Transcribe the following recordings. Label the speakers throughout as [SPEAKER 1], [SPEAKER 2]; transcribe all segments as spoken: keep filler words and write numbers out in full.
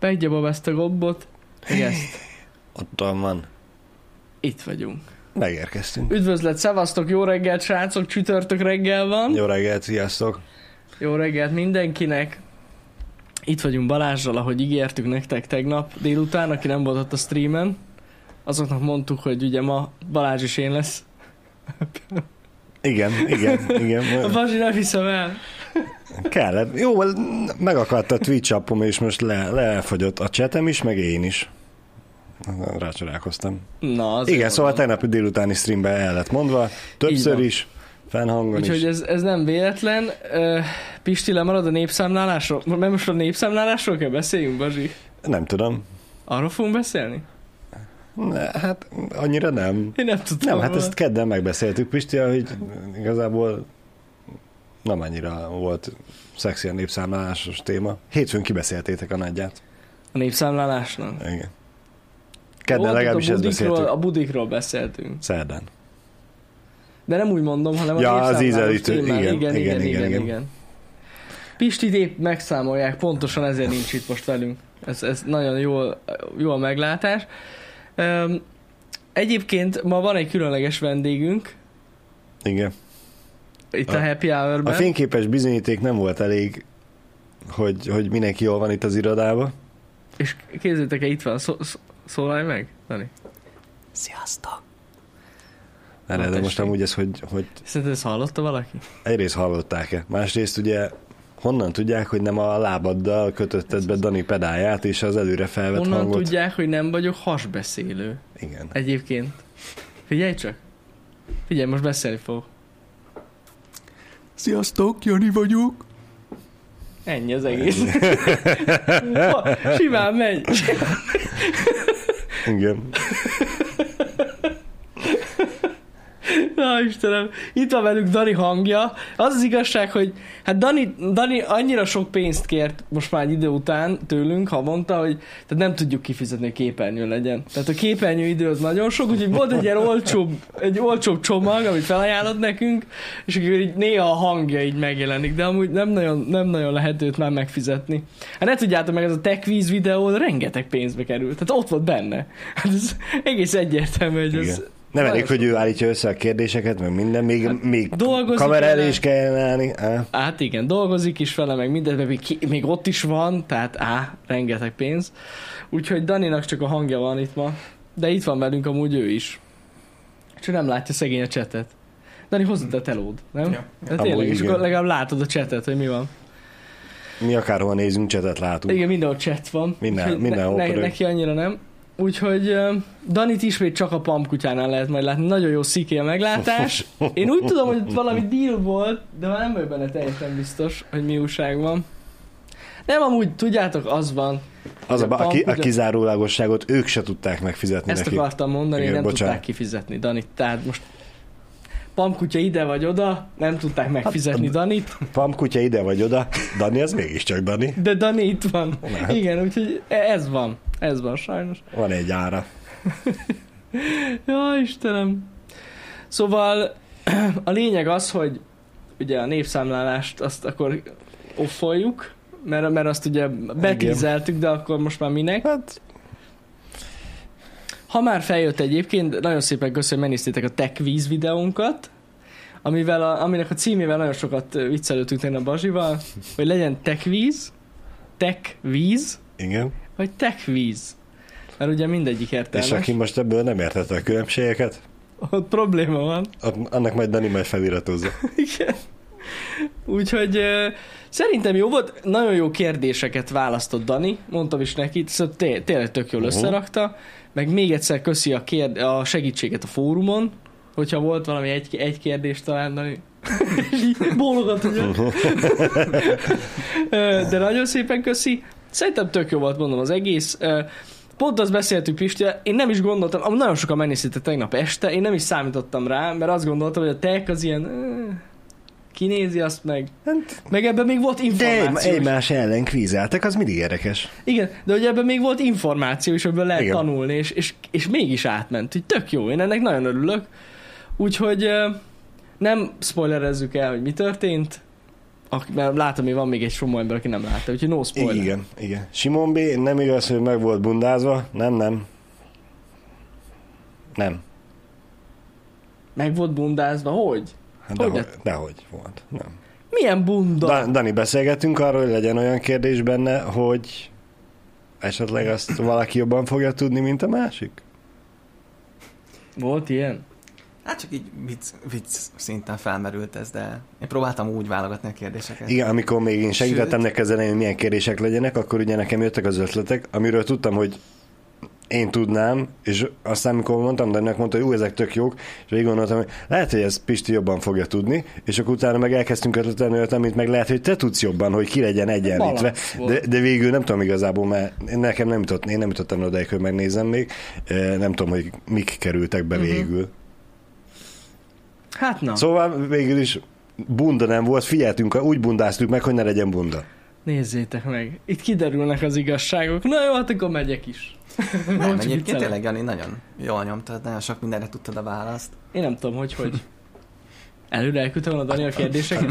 [SPEAKER 1] Megnyomom ezt a gombot, meg ezt.
[SPEAKER 2] Ott van.
[SPEAKER 1] Itt vagyunk.
[SPEAKER 2] Megérkeztünk.
[SPEAKER 1] Üdvözlet, szevasztok, jó reggelt, srácok, csütörtök reggel van.
[SPEAKER 2] Jó reggelt, sziasztok.
[SPEAKER 1] Jó reggelt mindenkinek. Itt vagyunk Balázsral, ahogy ígértük nektek tegnap délután, aki nem volt ott a streamen. Azoknak mondtuk, hogy ugye ma Balázs is én lesz.
[SPEAKER 2] Igen, igen, igen.
[SPEAKER 1] A Bazsi nem hiszem el.
[SPEAKER 2] Kellett. Jó, megakadt a Twitch appom, és most le, lefogyott a chatem is, meg én is. Rácsodálkoztam.
[SPEAKER 1] Na,
[SPEAKER 2] igen, szóval tegnapi délutáni streamben el lett mondva, többször is, fennhangon is.
[SPEAKER 1] Úgyhogy ez, ez nem véletlen. Pisti, lemarad a népszámlálásról? Mert most a népszámlálásról kell beszéljünk, Bazsi?
[SPEAKER 2] Nem tudom.
[SPEAKER 1] Arról fogunk beszélni?
[SPEAKER 2] Ne, hát annyira nem.
[SPEAKER 1] Én nem tudom.
[SPEAKER 2] Nem, hát ezt kedden megbeszéltük, Pisti, hogy igazából nem annyira volt szexi a népszámlálásos téma. Hétfőn kibeszéltétek a nagyját.
[SPEAKER 1] A népszámlálásnak?
[SPEAKER 2] Igen. Kedden legalábbis ezt beszéltük.
[SPEAKER 1] A budikról beszéltünk.
[SPEAKER 2] Szerdán.
[SPEAKER 1] De nem úgy mondom, hanem a
[SPEAKER 2] ja,
[SPEAKER 1] népszámlálás
[SPEAKER 2] az ízelítő.
[SPEAKER 1] témán.
[SPEAKER 2] Igen,
[SPEAKER 1] igen, igen, igen, igen,
[SPEAKER 2] igen.
[SPEAKER 1] igen. Pistit épp megszámolják, pontosan ezért nincs itt most velünk. Ez, ez nagyon jól, jó a meglátás. Um, egyébként ma van egy különleges vendégünk.
[SPEAKER 2] Igen.
[SPEAKER 1] Itt a,
[SPEAKER 2] a
[SPEAKER 1] Happy Hour-ben.
[SPEAKER 2] A fényképes bizonyíték nem volt elég, hogy, hogy mindenki jól van itt az irodában.
[SPEAKER 1] És képzeljétek el, itt van, szó, szó, szólalj meg, Dani.
[SPEAKER 2] Sziasztok! Erre, de most amúgy ez, hogy, hogy...
[SPEAKER 1] Szerinted ezt hallotta valaki?
[SPEAKER 2] Egyrészt hallották-e. Másrészt ugye honnan tudják, hogy nem a lábaddal kötötted be Dani pedálját és az előre felvett
[SPEAKER 1] honnan
[SPEAKER 2] hangot?
[SPEAKER 1] Honnan tudják, hogy nem vagyok hasbeszélő?
[SPEAKER 2] Igen.
[SPEAKER 1] Egyébként. Figyelj csak. Figyelj, most beszélni fog.
[SPEAKER 2] Sziasztok, Jani vagyok.
[SPEAKER 1] Ennyi az egész. Simán megy.
[SPEAKER 2] Igen.
[SPEAKER 1] Na Istenem, itt van velük Dani hangja. Az az igazság, hogy hát Dani, Dani annyira sok pénzt kért most már egy idő után tőlünk, ha mondta, hogy tehát nem tudjuk kifizetni, hogy képernyő legyen. Tehát a képernyő idő az nagyon sok, úgyhogy volt egy ilyen olcsóbb, egy olcsóbb csomag, amit felajánlott nekünk, és akkor így néha a hangja így megjelenik, de amúgy nem nagyon, nem nagyon lehet őt már megfizetni. Hát ne tudjátok meg, ez a TechWiz videó rengeteg pénzbe került, tehát ott volt benne. Hát ez egész egyértelmű, hogy ez...
[SPEAKER 2] Nem elég, hogy ő állítja össze a kérdéseket, meg minden, még, hát még kamera elé is kell állni. Á.
[SPEAKER 1] Hát igen, dolgozik is vele, meg minden, de még, még ott is van, tehát á, rengeteg pénz. Úgyhogy Daninak csak a hangja van itt ma, de itt van velünk amúgy ő is. Csak nem látja szegény a csetet. Dani, hozzad a telód, nem?
[SPEAKER 3] Ja.
[SPEAKER 1] De tényleg, és akkor legalább látod a csetet, hogy mi van.
[SPEAKER 2] Mi akárhol nézünk, csetet látunk.
[SPEAKER 1] Igen, mindenhol chat van.
[SPEAKER 2] Minden, mindenhol
[SPEAKER 1] ne, ne, neki annyira nem. Úgyhogy uh, Danit ismét csak a Pump kutyánál lehet majd látni. Nagyon jó sziké a meglátás. Én úgy tudom, hogy valami deal volt, de már nem vagyok benne teljesen biztos, hogy mi újság van. Nem, amúgy tudjátok, az van.
[SPEAKER 2] Az a, a, ki,
[SPEAKER 1] kutya...
[SPEAKER 2] a kizárólagosságot ők se tudták megfizetni
[SPEAKER 1] Ezt
[SPEAKER 2] neki.
[SPEAKER 1] akartam mondani,
[SPEAKER 2] igen,
[SPEAKER 1] nem
[SPEAKER 2] bocsánat.
[SPEAKER 1] tudták kifizetni Danit. Tehát most Pump kutya ide vagy oda, nem tudták megfizetni hát, Danit.
[SPEAKER 2] Pump kutya ide vagy oda, Dani az mégiscsak Dani.
[SPEAKER 1] De Dani itt van.
[SPEAKER 2] Hát.
[SPEAKER 1] Igen, úgyhogy ez van. Ez van sajnos.
[SPEAKER 2] Van egy ára.
[SPEAKER 1] Ja, Istenem. Szóval a lényeg az, hogy ugye a népszámlálást azt akkor offoljuk, mert, mert azt ugye betízeltük, de akkor most már minek?
[SPEAKER 2] Hát...
[SPEAKER 1] Ha már feljött egyébként, nagyon szépen köszönöm, hogy megnéztétek a TechWiz videónkat, amivel a, aminek a címével nagyon sokat viccelődtünk a Bazsival, hogy legyen TechWiz, TechWiz,
[SPEAKER 2] igen.
[SPEAKER 1] vagy TechWiz. Mert ugye mindegyik értelmes.
[SPEAKER 2] És aki most ebből nem értette a különbségeket,
[SPEAKER 1] ott probléma van.
[SPEAKER 2] Annak majd Dani majd feliratozza.
[SPEAKER 1] Igen. Úgyhogy uh, szerintem jó volt, nagyon jó kérdéseket választott Dani, mondtam is neki, szóval té- tényleg tök jól uh-huh. összerakta, meg még egyszer köszi a, kérd- a segítséget a fórumon, hogyha volt valami egy, egy kérdés talán, Dani. És így bólogat, ugye. De nagyon szépen köszi. Szerintem tök jó volt, mondom, az egész. Pont azt beszéltük, Pisti, én nem is gondoltam, amúgy nagyon sokan megnéztétek tegnap este, én nem is számítottam rá, mert azt gondoltam, hogy a tech az ilyen... Kinézi azt meg. Meg ebben még volt információ.
[SPEAKER 2] De egymás ellen kvízeltek, az mindig érdekes.
[SPEAKER 1] Igen, de hogy ebben még volt információ, és ebből lehet
[SPEAKER 2] igen.
[SPEAKER 1] tanulni, és, és, és mégis átment. Úgy tök jó, én ennek nagyon örülök. Úgyhogy nem spoilerezzük el, hogy mi történt. Aki, mert látom, hogy van még egy csomó ember, aki nem látta, úgyhogy no spoiler.
[SPEAKER 2] Igen, igen. Simon B. nem igaz, hogy meg volt bundázva. Nem, nem. Nem.
[SPEAKER 1] Meg volt bundázva? Hogy?
[SPEAKER 2] Hát
[SPEAKER 1] Hogy
[SPEAKER 2] dehogy,
[SPEAKER 1] lett?
[SPEAKER 2] dehogy volt. Nem.
[SPEAKER 1] Milyen bunda?
[SPEAKER 2] Da, Dani, beszélgettünk arról, hogy legyen olyan kérdés benne, hogy esetleg azt valaki jobban fogja tudni, mint a másik?
[SPEAKER 1] Volt ilyen?
[SPEAKER 3] Hát csak így vicc, vicc szinten felmerült ez, de én próbáltam úgy válogatni a kérdéseket.
[SPEAKER 2] Igen, amikor még én segítettem neked az elején, hogy milyen kérdések legyenek, akkor ugye nekem jöttek az ötletek, amiről tudtam, hogy én tudnám, és aztán, amikor mondtam, de ennek mondta, hogy ú, ezek tök jók, és végig gondoltam, hogy lehet, hogy ez Pisti jobban fogja tudni, és akkor utána meg elkezdtünk ötletelni olyat, amit meg lehet, hogy te tudsz jobban, hogy ki legyen egyenlítve, de, de végül nem tudom igazából, mert nekem nem jutott, én nem jutottam odaig, hogy megnézem még, nem tudom, hogy mik kerültek be uh-huh. végül.
[SPEAKER 1] Hát na.
[SPEAKER 2] Szóval végül is bunda nem volt, figyeltünk, úgy bundáztuk meg, hogy ne legyen bunda.
[SPEAKER 1] Nézzétek meg, itt kiderülnek az igazságok. Na jó, hát akkor megyek is.
[SPEAKER 3] Nem, egyébként tényleg, Jani, nagyon jól nyomtad, nagyon sok mindenre tudtad a választ.
[SPEAKER 1] Én nem tudom, hogy hogy. Előre elküldtem a Dani a kérdéseket?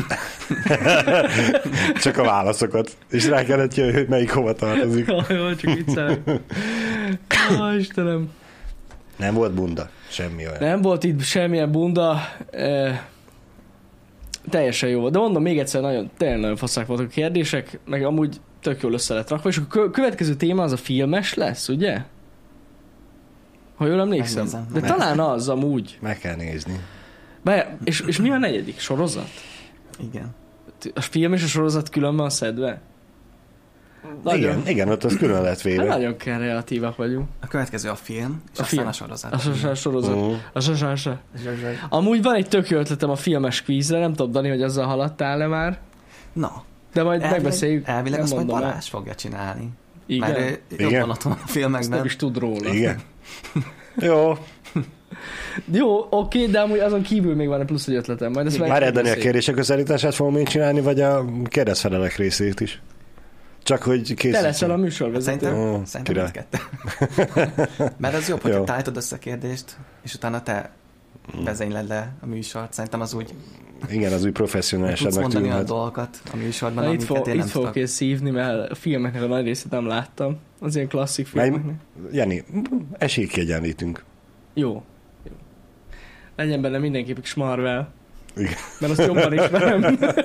[SPEAKER 2] Csak a válaszokat. És rá kellett jönni, hogy melyik hova tartozik.
[SPEAKER 1] Jó, jó, csak viccelek. Ó, Istenem.
[SPEAKER 2] Nem volt bunda. Semmi olyan.
[SPEAKER 1] Nem volt itt semmilyen bunda. E, teljesen jó volt. De mondom, még egyszer, nagyon, tényleg nagyon faszák voltak a kérdések, meg amúgy tök jól össze lett rakva. És a következő téma az a filmes lesz, ugye? Ha jól emlékszem.
[SPEAKER 3] Megnézem.
[SPEAKER 1] De
[SPEAKER 2] Meg.
[SPEAKER 1] talán az amúgy.
[SPEAKER 2] Meg kell nézni.
[SPEAKER 1] Be, és, és mi a negyedik? Sorozat?
[SPEAKER 3] Igen.
[SPEAKER 1] A film és a sorozat külön van szedve? Nagyon.
[SPEAKER 2] Igen, igen, ott az külön lett véve.
[SPEAKER 1] Hát nagyon kreatívak vagyunk.
[SPEAKER 3] A következő a film, és
[SPEAKER 1] A
[SPEAKER 3] aztán
[SPEAKER 1] film.
[SPEAKER 3] a sorozat.
[SPEAKER 1] A sorozat. sorozat.
[SPEAKER 2] Uh-huh.
[SPEAKER 1] A sorozat. Amúgy van egy tök jó ötletem a filmes kvízre, nem tudom, Dani, hogy azzal haladtál-e már,
[SPEAKER 3] Na,
[SPEAKER 1] de majd
[SPEAKER 3] elvileg,
[SPEAKER 1] megbeszéljük.
[SPEAKER 3] elvileg
[SPEAKER 1] nem
[SPEAKER 3] azt majd
[SPEAKER 1] mondom el.
[SPEAKER 3] Balázs fogja csinálni.
[SPEAKER 1] Igen?
[SPEAKER 3] Mert ő
[SPEAKER 2] Igen?
[SPEAKER 3] jobban ott van a
[SPEAKER 1] Ezt nem
[SPEAKER 3] filmekben.
[SPEAKER 1] is tud róla.
[SPEAKER 2] Igen. Jó.
[SPEAKER 1] Jó, oké, de amúgy azon kívül még van egy plusz egy ötletem. Majd ezt meg
[SPEAKER 2] Már Dani a
[SPEAKER 1] megbeszéljük.
[SPEAKER 2] kérdések összeállítását fogom én csinálni, vagy a kérdezfelelek részét is? Csak hogy készítsem.
[SPEAKER 1] Te leszel a műsorvezető.
[SPEAKER 3] Szerintem,
[SPEAKER 2] Ó,
[SPEAKER 3] szerintem
[SPEAKER 2] király.
[SPEAKER 3] mindkettő. Mert az jobb,
[SPEAKER 2] Jó.
[SPEAKER 3] hogyha te állítod össze a kérdést, és utána te vezényled le a műsort. Szerintem az úgy
[SPEAKER 2] Igen, az úgy professzionálisabb
[SPEAKER 3] tudsz mondani olyan
[SPEAKER 2] megtűnhet.
[SPEAKER 3] dolgokat a műsorban,
[SPEAKER 1] Na, itt,
[SPEAKER 3] amiket
[SPEAKER 1] fog,
[SPEAKER 3] én
[SPEAKER 1] itt
[SPEAKER 3] nem
[SPEAKER 1] fogok
[SPEAKER 3] tudok.
[SPEAKER 1] én szívni, mert a filmeknek a nagy részét nem láttam. Az ilyen klasszik filmeknek.
[SPEAKER 2] Jani, esélykiegyenlítünk.
[SPEAKER 1] Jó. Jó. Legyen benne mindenképp Marvel.
[SPEAKER 2] Igen.
[SPEAKER 1] Mert azt jobban ismerem.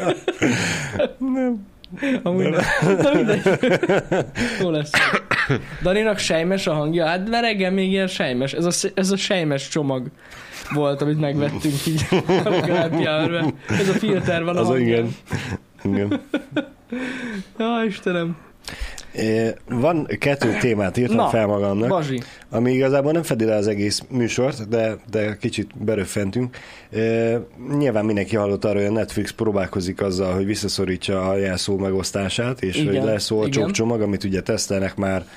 [SPEAKER 2] Nem.
[SPEAKER 1] Amúgy nem. Na mindegy. Jó lesz. Daninak sejmes a hangja. Hát de reggel még ilyen sejmes. Ez a, ez a sejmes csomag volt, amit megvettünk így a Grápiárbe. Ez a filter van a
[SPEAKER 2] Az
[SPEAKER 1] hangján.
[SPEAKER 2] igen. Igen.
[SPEAKER 1] Ja, Istenem.
[SPEAKER 2] É, Van kettő témát írtam
[SPEAKER 1] Na,
[SPEAKER 2] fel magamnak,
[SPEAKER 1] Bazsi.
[SPEAKER 2] ami igazából nem fedi le az egész műsort, de, de kicsit beröffentünk. É, Nyilván mindenki hallott arról, hogy a Netflix próbálkozik azzal, hogy visszaszorítsa a jelszó megosztását, és
[SPEAKER 1] Igen,
[SPEAKER 2] hogy lesz olcsóbb
[SPEAKER 1] igen.
[SPEAKER 2] csomag, amit ugye tesztelnek már,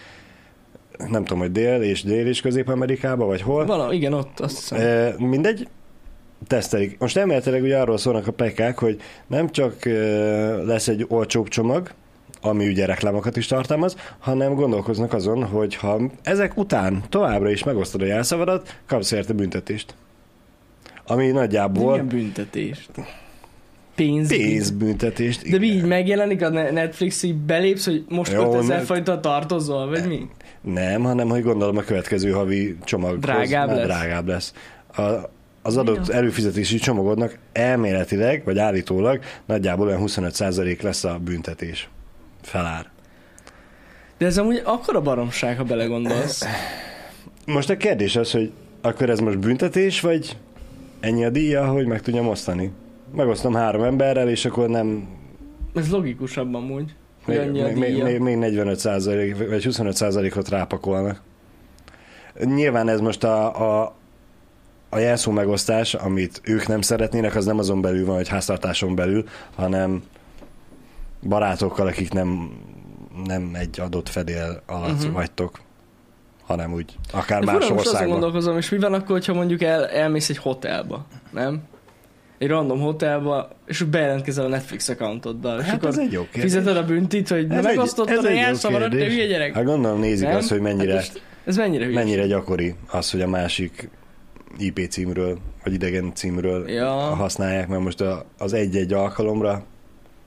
[SPEAKER 2] nem tudom, hogy Dél és Dél és Közép-Amerikában, vagy hol.
[SPEAKER 1] Vala, igen, ott azt hiszem.
[SPEAKER 2] E, mindegy, tesztelik. Most elméletileg ugye arról szólnak a pekák, hogy nem csak e, lesz egy olcsóbb csomag, ami ugye reklámokat is tartalmaz, hanem gondolkoznak azon, hogy ha ezek után továbbra is megosztod a jelszavadat, kapsz érte büntetést. Ami nagyjából
[SPEAKER 1] Milyen büntetést? Pénz.
[SPEAKER 2] pénzbüntetést.
[SPEAKER 1] De mi
[SPEAKER 2] igen.
[SPEAKER 1] így megjelenik a Netflix, így belépsz, hogy most
[SPEAKER 2] Jó,
[SPEAKER 1] ötezer
[SPEAKER 2] ne-
[SPEAKER 1] forintot tartozol, vagy mi?
[SPEAKER 2] Nem, hanem hogy gondolom a következő havi csomaghoz
[SPEAKER 1] Drágább
[SPEAKER 2] már
[SPEAKER 1] lesz.
[SPEAKER 2] drágább lesz. A, az adott előfizetési csomagodnak elméletileg, vagy állítólag nagyjából olyan huszonöt százalék lesz a büntetés. Felár.
[SPEAKER 1] De ez amúgy akkora baromság, ha belegondolsz.
[SPEAKER 2] Most a kérdés az, hogy akkor ez most büntetés, vagy ennyi a díja, hogy meg tudjam osztani? Megosztom három emberrel, és akkor nem...
[SPEAKER 1] Ez logikusabb amúgy. Hogy
[SPEAKER 2] Még,
[SPEAKER 1] annyi a
[SPEAKER 2] még,
[SPEAKER 1] díja.
[SPEAKER 2] még, még negyvenöt százalék, vagy huszonöt százalékot rápakolnak. Nyilván ez most a, a, a jelszó megosztás, amit ők nem szeretnének, az nem azon belül van, hogy háztartáson belül, hanem barátokkal, akik nem, nem egy adott fedél alatt
[SPEAKER 1] Mhm.
[SPEAKER 2] uh-huh. vagytok, hanem úgy akár
[SPEAKER 1] De
[SPEAKER 2] más
[SPEAKER 1] fura, most azon
[SPEAKER 2] országban.
[SPEAKER 1] gondolkozom, és mi van akkor, ha mondjuk el, elmész egy hotelba, nem? Egy random hotelba, és úgy bejelentkezel a Netflix accountoddal, és
[SPEAKER 2] Hát
[SPEAKER 1] akkor
[SPEAKER 2] ez egy jó kérdés.
[SPEAKER 1] fizeted a büntit, hogy
[SPEAKER 2] Ez egy-
[SPEAKER 1] megosztottad
[SPEAKER 2] ez
[SPEAKER 1] a
[SPEAKER 2] egy jó
[SPEAKER 1] jelszavadat, te
[SPEAKER 2] kérdés.
[SPEAKER 1] hülye gyerek.
[SPEAKER 2] Hát gondolom nézik
[SPEAKER 1] Nem?
[SPEAKER 2] azt, hogy mennyire,
[SPEAKER 1] Hát most ez mennyire hülye?
[SPEAKER 2] mennyire gyakori az, hogy a másik I P címről, vagy idegen címről
[SPEAKER 1] Ja.
[SPEAKER 2] használják, mert most a, az egy-egy alkalomra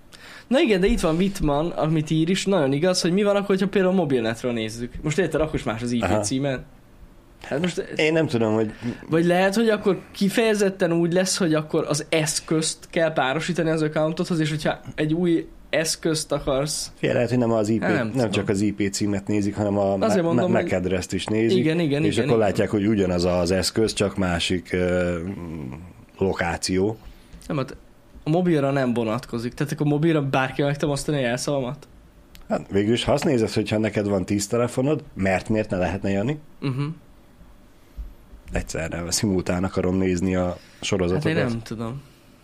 [SPEAKER 1] Na igen, de itt van Wittmann, amit ír is, nagyon igaz, hogy mi van akkor, hogyha például mobilnetről nézzük. Most érted, akkor is más az i pé
[SPEAKER 2] Aha.
[SPEAKER 1] címen. Hát most...
[SPEAKER 2] Én nem tudom, hogy...
[SPEAKER 1] Vagy lehet, hogy akkor kifejezetten úgy lesz, hogy akkor az eszközt kell párosítani az accountodhoz, és hogyha egy új eszközt akarsz...
[SPEAKER 2] Fél lehet, hogy nem, az i pé,
[SPEAKER 1] Hát
[SPEAKER 2] nem,
[SPEAKER 1] nem
[SPEAKER 2] nem csak az i pé címet nézik, hanem a
[SPEAKER 1] Azért mondom,
[SPEAKER 2] M A C
[SPEAKER 1] hogy-
[SPEAKER 2] address-t is nézik,
[SPEAKER 1] Igen, igen,
[SPEAKER 2] és
[SPEAKER 1] igen,
[SPEAKER 2] akkor
[SPEAKER 1] igen.
[SPEAKER 2] látják, hogy ugyanaz az eszköz, csak másik uh, lokáció.
[SPEAKER 1] Nem, hát a mobilra nem vonatkozik. Tehát akkor mobilra bárki megtámasztani a jelszavamat?
[SPEAKER 2] Hát végül is, ha azt nézed, hogyha neked van tíz telefonod, mert miért ne lehetne, Jani?
[SPEAKER 1] Uh-huh.
[SPEAKER 2] Egyszerre, szimultán akarom nézni a
[SPEAKER 1] Hát
[SPEAKER 2] sorozatokat.
[SPEAKER 1] én nem tudom.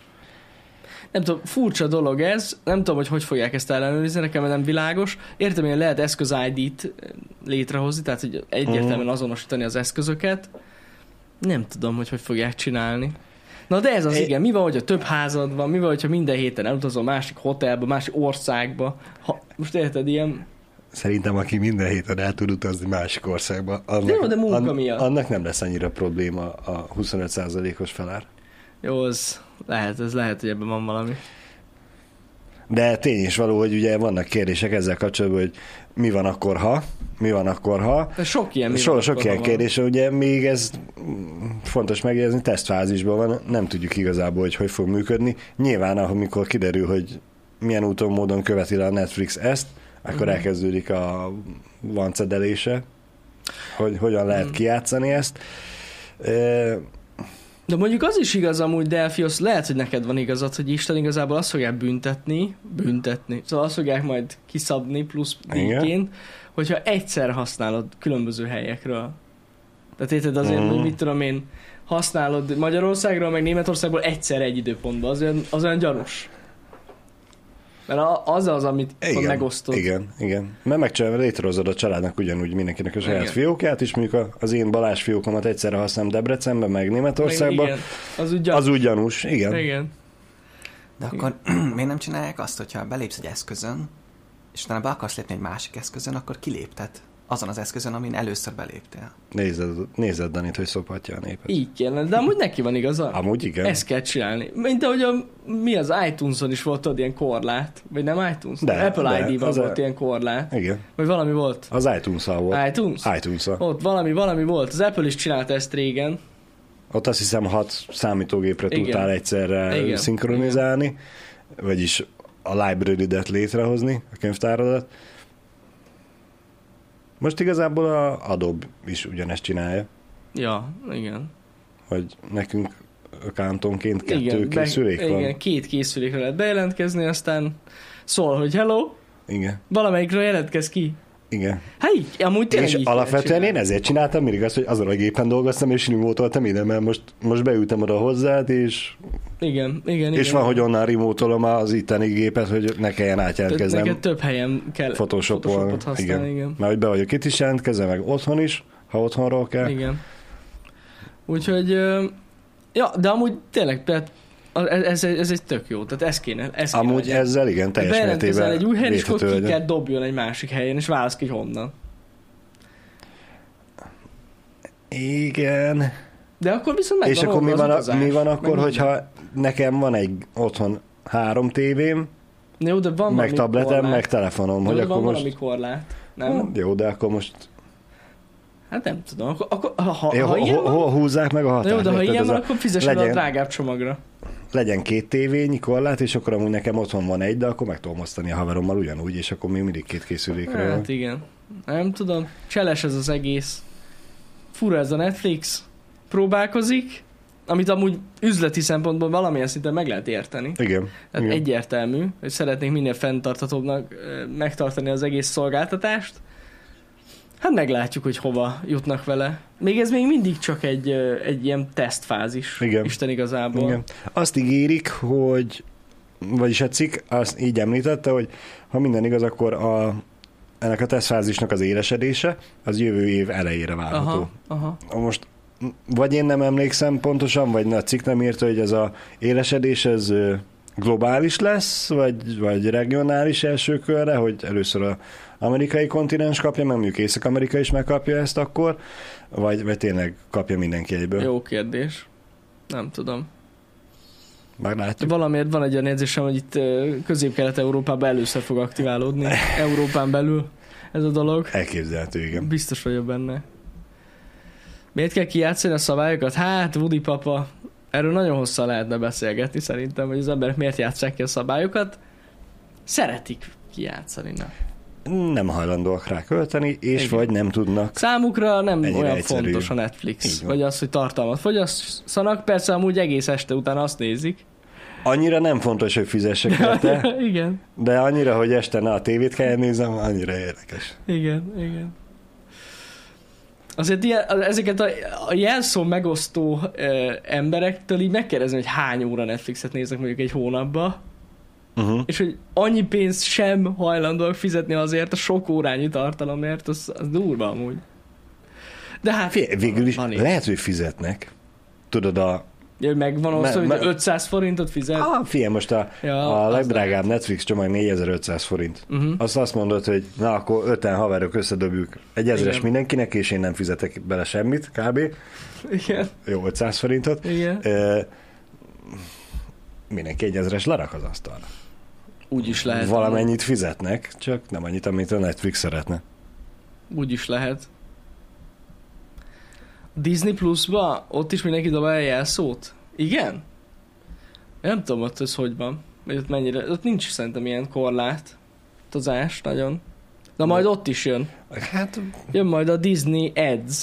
[SPEAKER 1] Nem tudom, furcsa dolog ez, nem tudom, hogy hogy fogják ezt ellenőrizni, nekem nem világos. Értem, hogy lehet eszköz i dét létrehozni, tehát hogy egyértelműen azonosítani az eszközöket. Nem tudom, hogy hogy fogják csinálni. Na de ez az
[SPEAKER 2] É-
[SPEAKER 1] igen, mi van, hogyha több házad van, mi van, hogyha minden héten elutazol másik hotelba, másik országba. Ha, most érted, ilyen...
[SPEAKER 2] Szerintem, aki minden héten el tud utazni másik országba, annak,
[SPEAKER 1] De jó, de munka miatt.
[SPEAKER 2] annak nem lesz annyira probléma a huszonöt százalékos felár.
[SPEAKER 1] Jó, az lehet, ez lehet, hogy ebben van valami.
[SPEAKER 2] De tény is való, hogy ugye vannak kérdések ezzel kapcsolatban, hogy mi van akkor, ha, mi van akkor, ha.
[SPEAKER 1] De sok ilyen mi
[SPEAKER 2] So,
[SPEAKER 1] van
[SPEAKER 2] sok
[SPEAKER 1] akkor,
[SPEAKER 2] ilyen
[SPEAKER 1] ha van.
[SPEAKER 2] kérdés, ugye még ez mm, fontos megjegyezni, tesztfázisban van, nem tudjuk igazából, hogy hogy fog működni. Nyilván, amikor kiderül, hogy milyen úton, módon követi le a Netflix ezt, akkor
[SPEAKER 1] Mhm.
[SPEAKER 2] elkezdődik a vancedelése, hogy hogyan lehet
[SPEAKER 1] Mhm.
[SPEAKER 2] kijátszani ezt. E,
[SPEAKER 1] De mondjuk az is igaz amúgy, Delphios, lehet, hogy neked van igazad, hogy Isten igazából azt fogják büntetni, büntetni, szóval azt fogják majd kiszabni plusz
[SPEAKER 2] Igen.
[SPEAKER 1] díjként, hogyha egyszer használod különböző helyekről. Tehát érted azért,
[SPEAKER 2] Mhm.
[SPEAKER 1] hogy mit tudom én, használod Magyarországról, meg Németországból egyszer egy időpontban, az olyan, az olyan gyanús. Mert a- az az, amit
[SPEAKER 2] igen,
[SPEAKER 1] megosztod.
[SPEAKER 2] igen, igen. Mert megcsinálva létrehozod a családnak ugyanúgy mindenkinek a saját
[SPEAKER 1] Igen.
[SPEAKER 2] fiókját, és mondjuk a- az én Balázs fiókomat egyszerre használom Debrecenben, meg
[SPEAKER 1] Meg
[SPEAKER 2] Németországban,
[SPEAKER 1] igen, az úgy gyanús.
[SPEAKER 2] az úgy gyanús, igen.
[SPEAKER 1] Igen.
[SPEAKER 3] De akkor miért nem csinálják azt, hogyha belépsz egy eszközön, és utána be akarsz lépni egy másik eszközön, akkor kilépted azon az eszközön, amin először beléptél.
[SPEAKER 2] Nézed, nézed Danit, hogy szophatja a népet.
[SPEAKER 1] Így kellene, de amúgy neki van igaza.
[SPEAKER 2] Amúgy igen.
[SPEAKER 1] Ezt kell csinálni. Mint ahogy a, mi az iTunes-on is volt ott ilyen korlát. Vagy nem iTunes?
[SPEAKER 2] De,
[SPEAKER 1] Apple
[SPEAKER 2] de,
[SPEAKER 1] i dé-ban
[SPEAKER 2] az
[SPEAKER 1] volt
[SPEAKER 2] a-
[SPEAKER 1] ilyen korlát.
[SPEAKER 2] Igen.
[SPEAKER 1] Vagy valami volt.
[SPEAKER 2] Az iTunes-al volt.
[SPEAKER 1] iTunes?
[SPEAKER 2] iTunes-al.
[SPEAKER 1] Ott valami, valami volt. Az Apple is csinálta ezt régen.
[SPEAKER 2] Ott azt hiszem hat számítógépre
[SPEAKER 1] Igen.
[SPEAKER 2] tudtál egyszerre
[SPEAKER 1] Igen.
[SPEAKER 2] szinkronizálni, vagyis a library-det létrehozni, a könyvtáradat. Most igazából a Adobe is ugyanezt csinálja,
[SPEAKER 1] Ja, igen.
[SPEAKER 2] hogy nekünk accountonként kettő
[SPEAKER 1] igen,
[SPEAKER 2] készülék van.
[SPEAKER 1] Igen, két készülékre lehet bejelentkezni, aztán szól, hogy hello,
[SPEAKER 2] Igen.
[SPEAKER 1] valamelyikről jelentkezz ki.
[SPEAKER 2] Igen.
[SPEAKER 1] Hát így, amúgy tényleg
[SPEAKER 2] És
[SPEAKER 1] így kell
[SPEAKER 2] alapvetően
[SPEAKER 1] csinálni.
[SPEAKER 2] én ezért csináltam mindig azt, hogy azon a gépen dolgoztam, és remote-oltam ide, mert most, most beültem oda hozzád, és,
[SPEAKER 1] Igen, igen,
[SPEAKER 2] és
[SPEAKER 1] igen.
[SPEAKER 2] van, hogy onnan remote-olom az itteni gépet, hogy ne kelljen
[SPEAKER 1] Tehát
[SPEAKER 2] átjelentkeznem.
[SPEAKER 1] neked több helyen kell
[SPEAKER 2] Photoshopolni.
[SPEAKER 1] Photoshopot használni, igen. igen.
[SPEAKER 2] Mert hogy be vagyok itt is jelentkezem, meg otthon is, ha otthonról kell.
[SPEAKER 1] Igen. Úgyhogy, ö, ja, de amúgy tényleg, tehát a- ez, ez, ez egy tök jó, tehát ez kéne. Ez kéne
[SPEAKER 2] Amúgy
[SPEAKER 1] legyen.
[SPEAKER 2] ezzel igen, teljes
[SPEAKER 1] Bejelentkezel
[SPEAKER 2] mértékben
[SPEAKER 1] egy új helyen, és akkor
[SPEAKER 2] védhető
[SPEAKER 1] ki
[SPEAKER 2] legyen.
[SPEAKER 1] kell dobjon egy másik helyen, és válasz ki, hogy honnan.
[SPEAKER 2] Igen.
[SPEAKER 1] De akkor viszont meg
[SPEAKER 2] És akkor mi
[SPEAKER 1] az
[SPEAKER 2] van, a,
[SPEAKER 1] utazás,
[SPEAKER 2] mi van
[SPEAKER 1] meg
[SPEAKER 2] akkor,
[SPEAKER 1] minden.
[SPEAKER 2] hogyha nekem van egy otthon három tévém,
[SPEAKER 1] Jó, de van
[SPEAKER 2] meg
[SPEAKER 1] valami
[SPEAKER 2] tabletem,
[SPEAKER 1] korlát.
[SPEAKER 2] meg telefonom,
[SPEAKER 1] Jó,
[SPEAKER 2] hogy
[SPEAKER 1] de
[SPEAKER 2] akkor
[SPEAKER 1] van
[SPEAKER 2] most...
[SPEAKER 1] valami korlát. Nem?
[SPEAKER 2] Hát, jó, de akkor most...
[SPEAKER 1] Hát nem tudom. Akkor, akkor, ha, ha,
[SPEAKER 2] Jó,
[SPEAKER 1] ha
[SPEAKER 2] hol,
[SPEAKER 1] ilyen
[SPEAKER 2] hol,
[SPEAKER 1] van,
[SPEAKER 2] hol húzzák meg a
[SPEAKER 1] na
[SPEAKER 2] határt?
[SPEAKER 1] jó, de ha
[SPEAKER 2] érted?
[SPEAKER 1] ilyen
[SPEAKER 2] Ez
[SPEAKER 1] van,
[SPEAKER 2] a-
[SPEAKER 1] akkor fizess be a
[SPEAKER 2] legyen-
[SPEAKER 1] drágább csomagra.
[SPEAKER 2] Legyen két tévényi korlát, és akkor amúgy nekem otthon van egy, de akkor meg tudom osztani a haverommal ugyanúgy, és akkor még mindig két készülékre van.
[SPEAKER 1] Hát igen. Nem tudom. Cseles ez az egész. Fura ez a Netflix. Próbálkozik, amit amúgy üzleti szempontból valamilyen szinten meg lehet érteni.
[SPEAKER 2] Igen.
[SPEAKER 1] Tehát
[SPEAKER 2] igen.
[SPEAKER 1] egyértelmű, hogy szeretnék minél fenntarthatóbbnak ö, megtartani az egész szolgáltatást. Hát meglátjuk, hogy hova jutnak vele. Még ez még mindig csak egy, ö, egy ilyen tesztfázis.
[SPEAKER 2] Igen.
[SPEAKER 1] Isten igazából.
[SPEAKER 2] Igen. Azt ígérik, hogy, vagyis a cikk azt így említette, hogy ha minden igaz, akkor a, ennek a tesztfázisnak az élesedése az jövő év elejére várható.
[SPEAKER 1] Aha, aha.
[SPEAKER 2] Most vagy én nem emlékszem pontosan, vagy a cikk nem írta, hogy ez a élesedés ez ö, globális lesz, vagy, vagy regionális első körre, hogy először az amerikai kontinens kapja, meg mondjuk Észak-Amerika is megkapja ezt akkor, vagy, vagy tényleg kapja mindenki egyből.
[SPEAKER 1] Jó kérdés. Nem tudom.
[SPEAKER 2] Meglátjuk.
[SPEAKER 1] Valamiért van egy olyan érzésem, hogy itt ö, Közép-Kelet-Európában először fog aktiválódni. Európán belül ez a dolog.
[SPEAKER 2] Elképzelhető, igen.
[SPEAKER 1] Biztos vagyok benne. Miért kell kijátszani a szabályokat? Hát, Woody papa, erről nagyon hosszan lehetne beszélgetni szerintem, hogy az emberek miért játsszák ki a szabályokat. Szeretik kijátszani, na.
[SPEAKER 2] Nem hajlandóak rá költeni, és
[SPEAKER 1] Igen.
[SPEAKER 2] vagy nem tudnak.
[SPEAKER 1] Számukra nem
[SPEAKER 2] Ennyire
[SPEAKER 1] olyan
[SPEAKER 2] egyszerű.
[SPEAKER 1] fontos a Netflix,
[SPEAKER 2] Így van.
[SPEAKER 1] vagy az, hogy tartalmat fogyasszanak. Persze amúgy egész este után azt nézik.
[SPEAKER 2] Annyira nem fontos, hogy fizessek érte,
[SPEAKER 1] Igen,
[SPEAKER 2] de annyira, hogy este ne a tévét kell nézem, annyira érdekes.
[SPEAKER 1] igen, igen. Azért ilyen, ezeket a, a jelszó megosztó ö, emberektől így megkérdezni, hogy hány óra Netflixet néznek mondjuk egy hónapba,
[SPEAKER 2] Uh-huh.
[SPEAKER 1] és hogy annyi pénzt sem hajlandóak fizetni azért a sok órányi tartalomért, az, az durva amúgy. De hát...
[SPEAKER 2] Fé, végül is
[SPEAKER 1] van így.
[SPEAKER 2] lehet, hogy fizetnek. Tudod, a...
[SPEAKER 1] Ja, megvan az,
[SPEAKER 2] Me-
[SPEAKER 1] hogy
[SPEAKER 2] me-
[SPEAKER 1] ötszáz forintot fizet.
[SPEAKER 2] Ah, figyelj, most a,
[SPEAKER 1] Ja,
[SPEAKER 2] a
[SPEAKER 1] az
[SPEAKER 2] legdrágább Netflix csomag négyezer-ötszáz forint.
[SPEAKER 1] Uh-huh.
[SPEAKER 2] Azt azt mondod, hogy na, akkor öten haverok összedobjuk egy ezres
[SPEAKER 1] Igen.
[SPEAKER 2] mindenkinek, és én nem fizetek bele semmit, kb.
[SPEAKER 1] Igen,
[SPEAKER 2] Jó, ötszáz forintot.
[SPEAKER 1] igen.
[SPEAKER 2] E, mindenki egy ezres lerak az asztalra.
[SPEAKER 1] Úgy is lehet.
[SPEAKER 2] Valamennyit fizetnek, csak nem annyit, amit a Netflix szeretne.
[SPEAKER 1] Úgy is lehet. Disney Plus-ba ott is mindenki dobálja jelszót? Igen? Én nem tudom, ott ez hogy van. Vagy ott mennyire, ott nincs szerintem ilyen korlátozás nagyon. Na majd ott is jön.
[SPEAKER 2] Hát,
[SPEAKER 1] Jön majd a Disney Ads.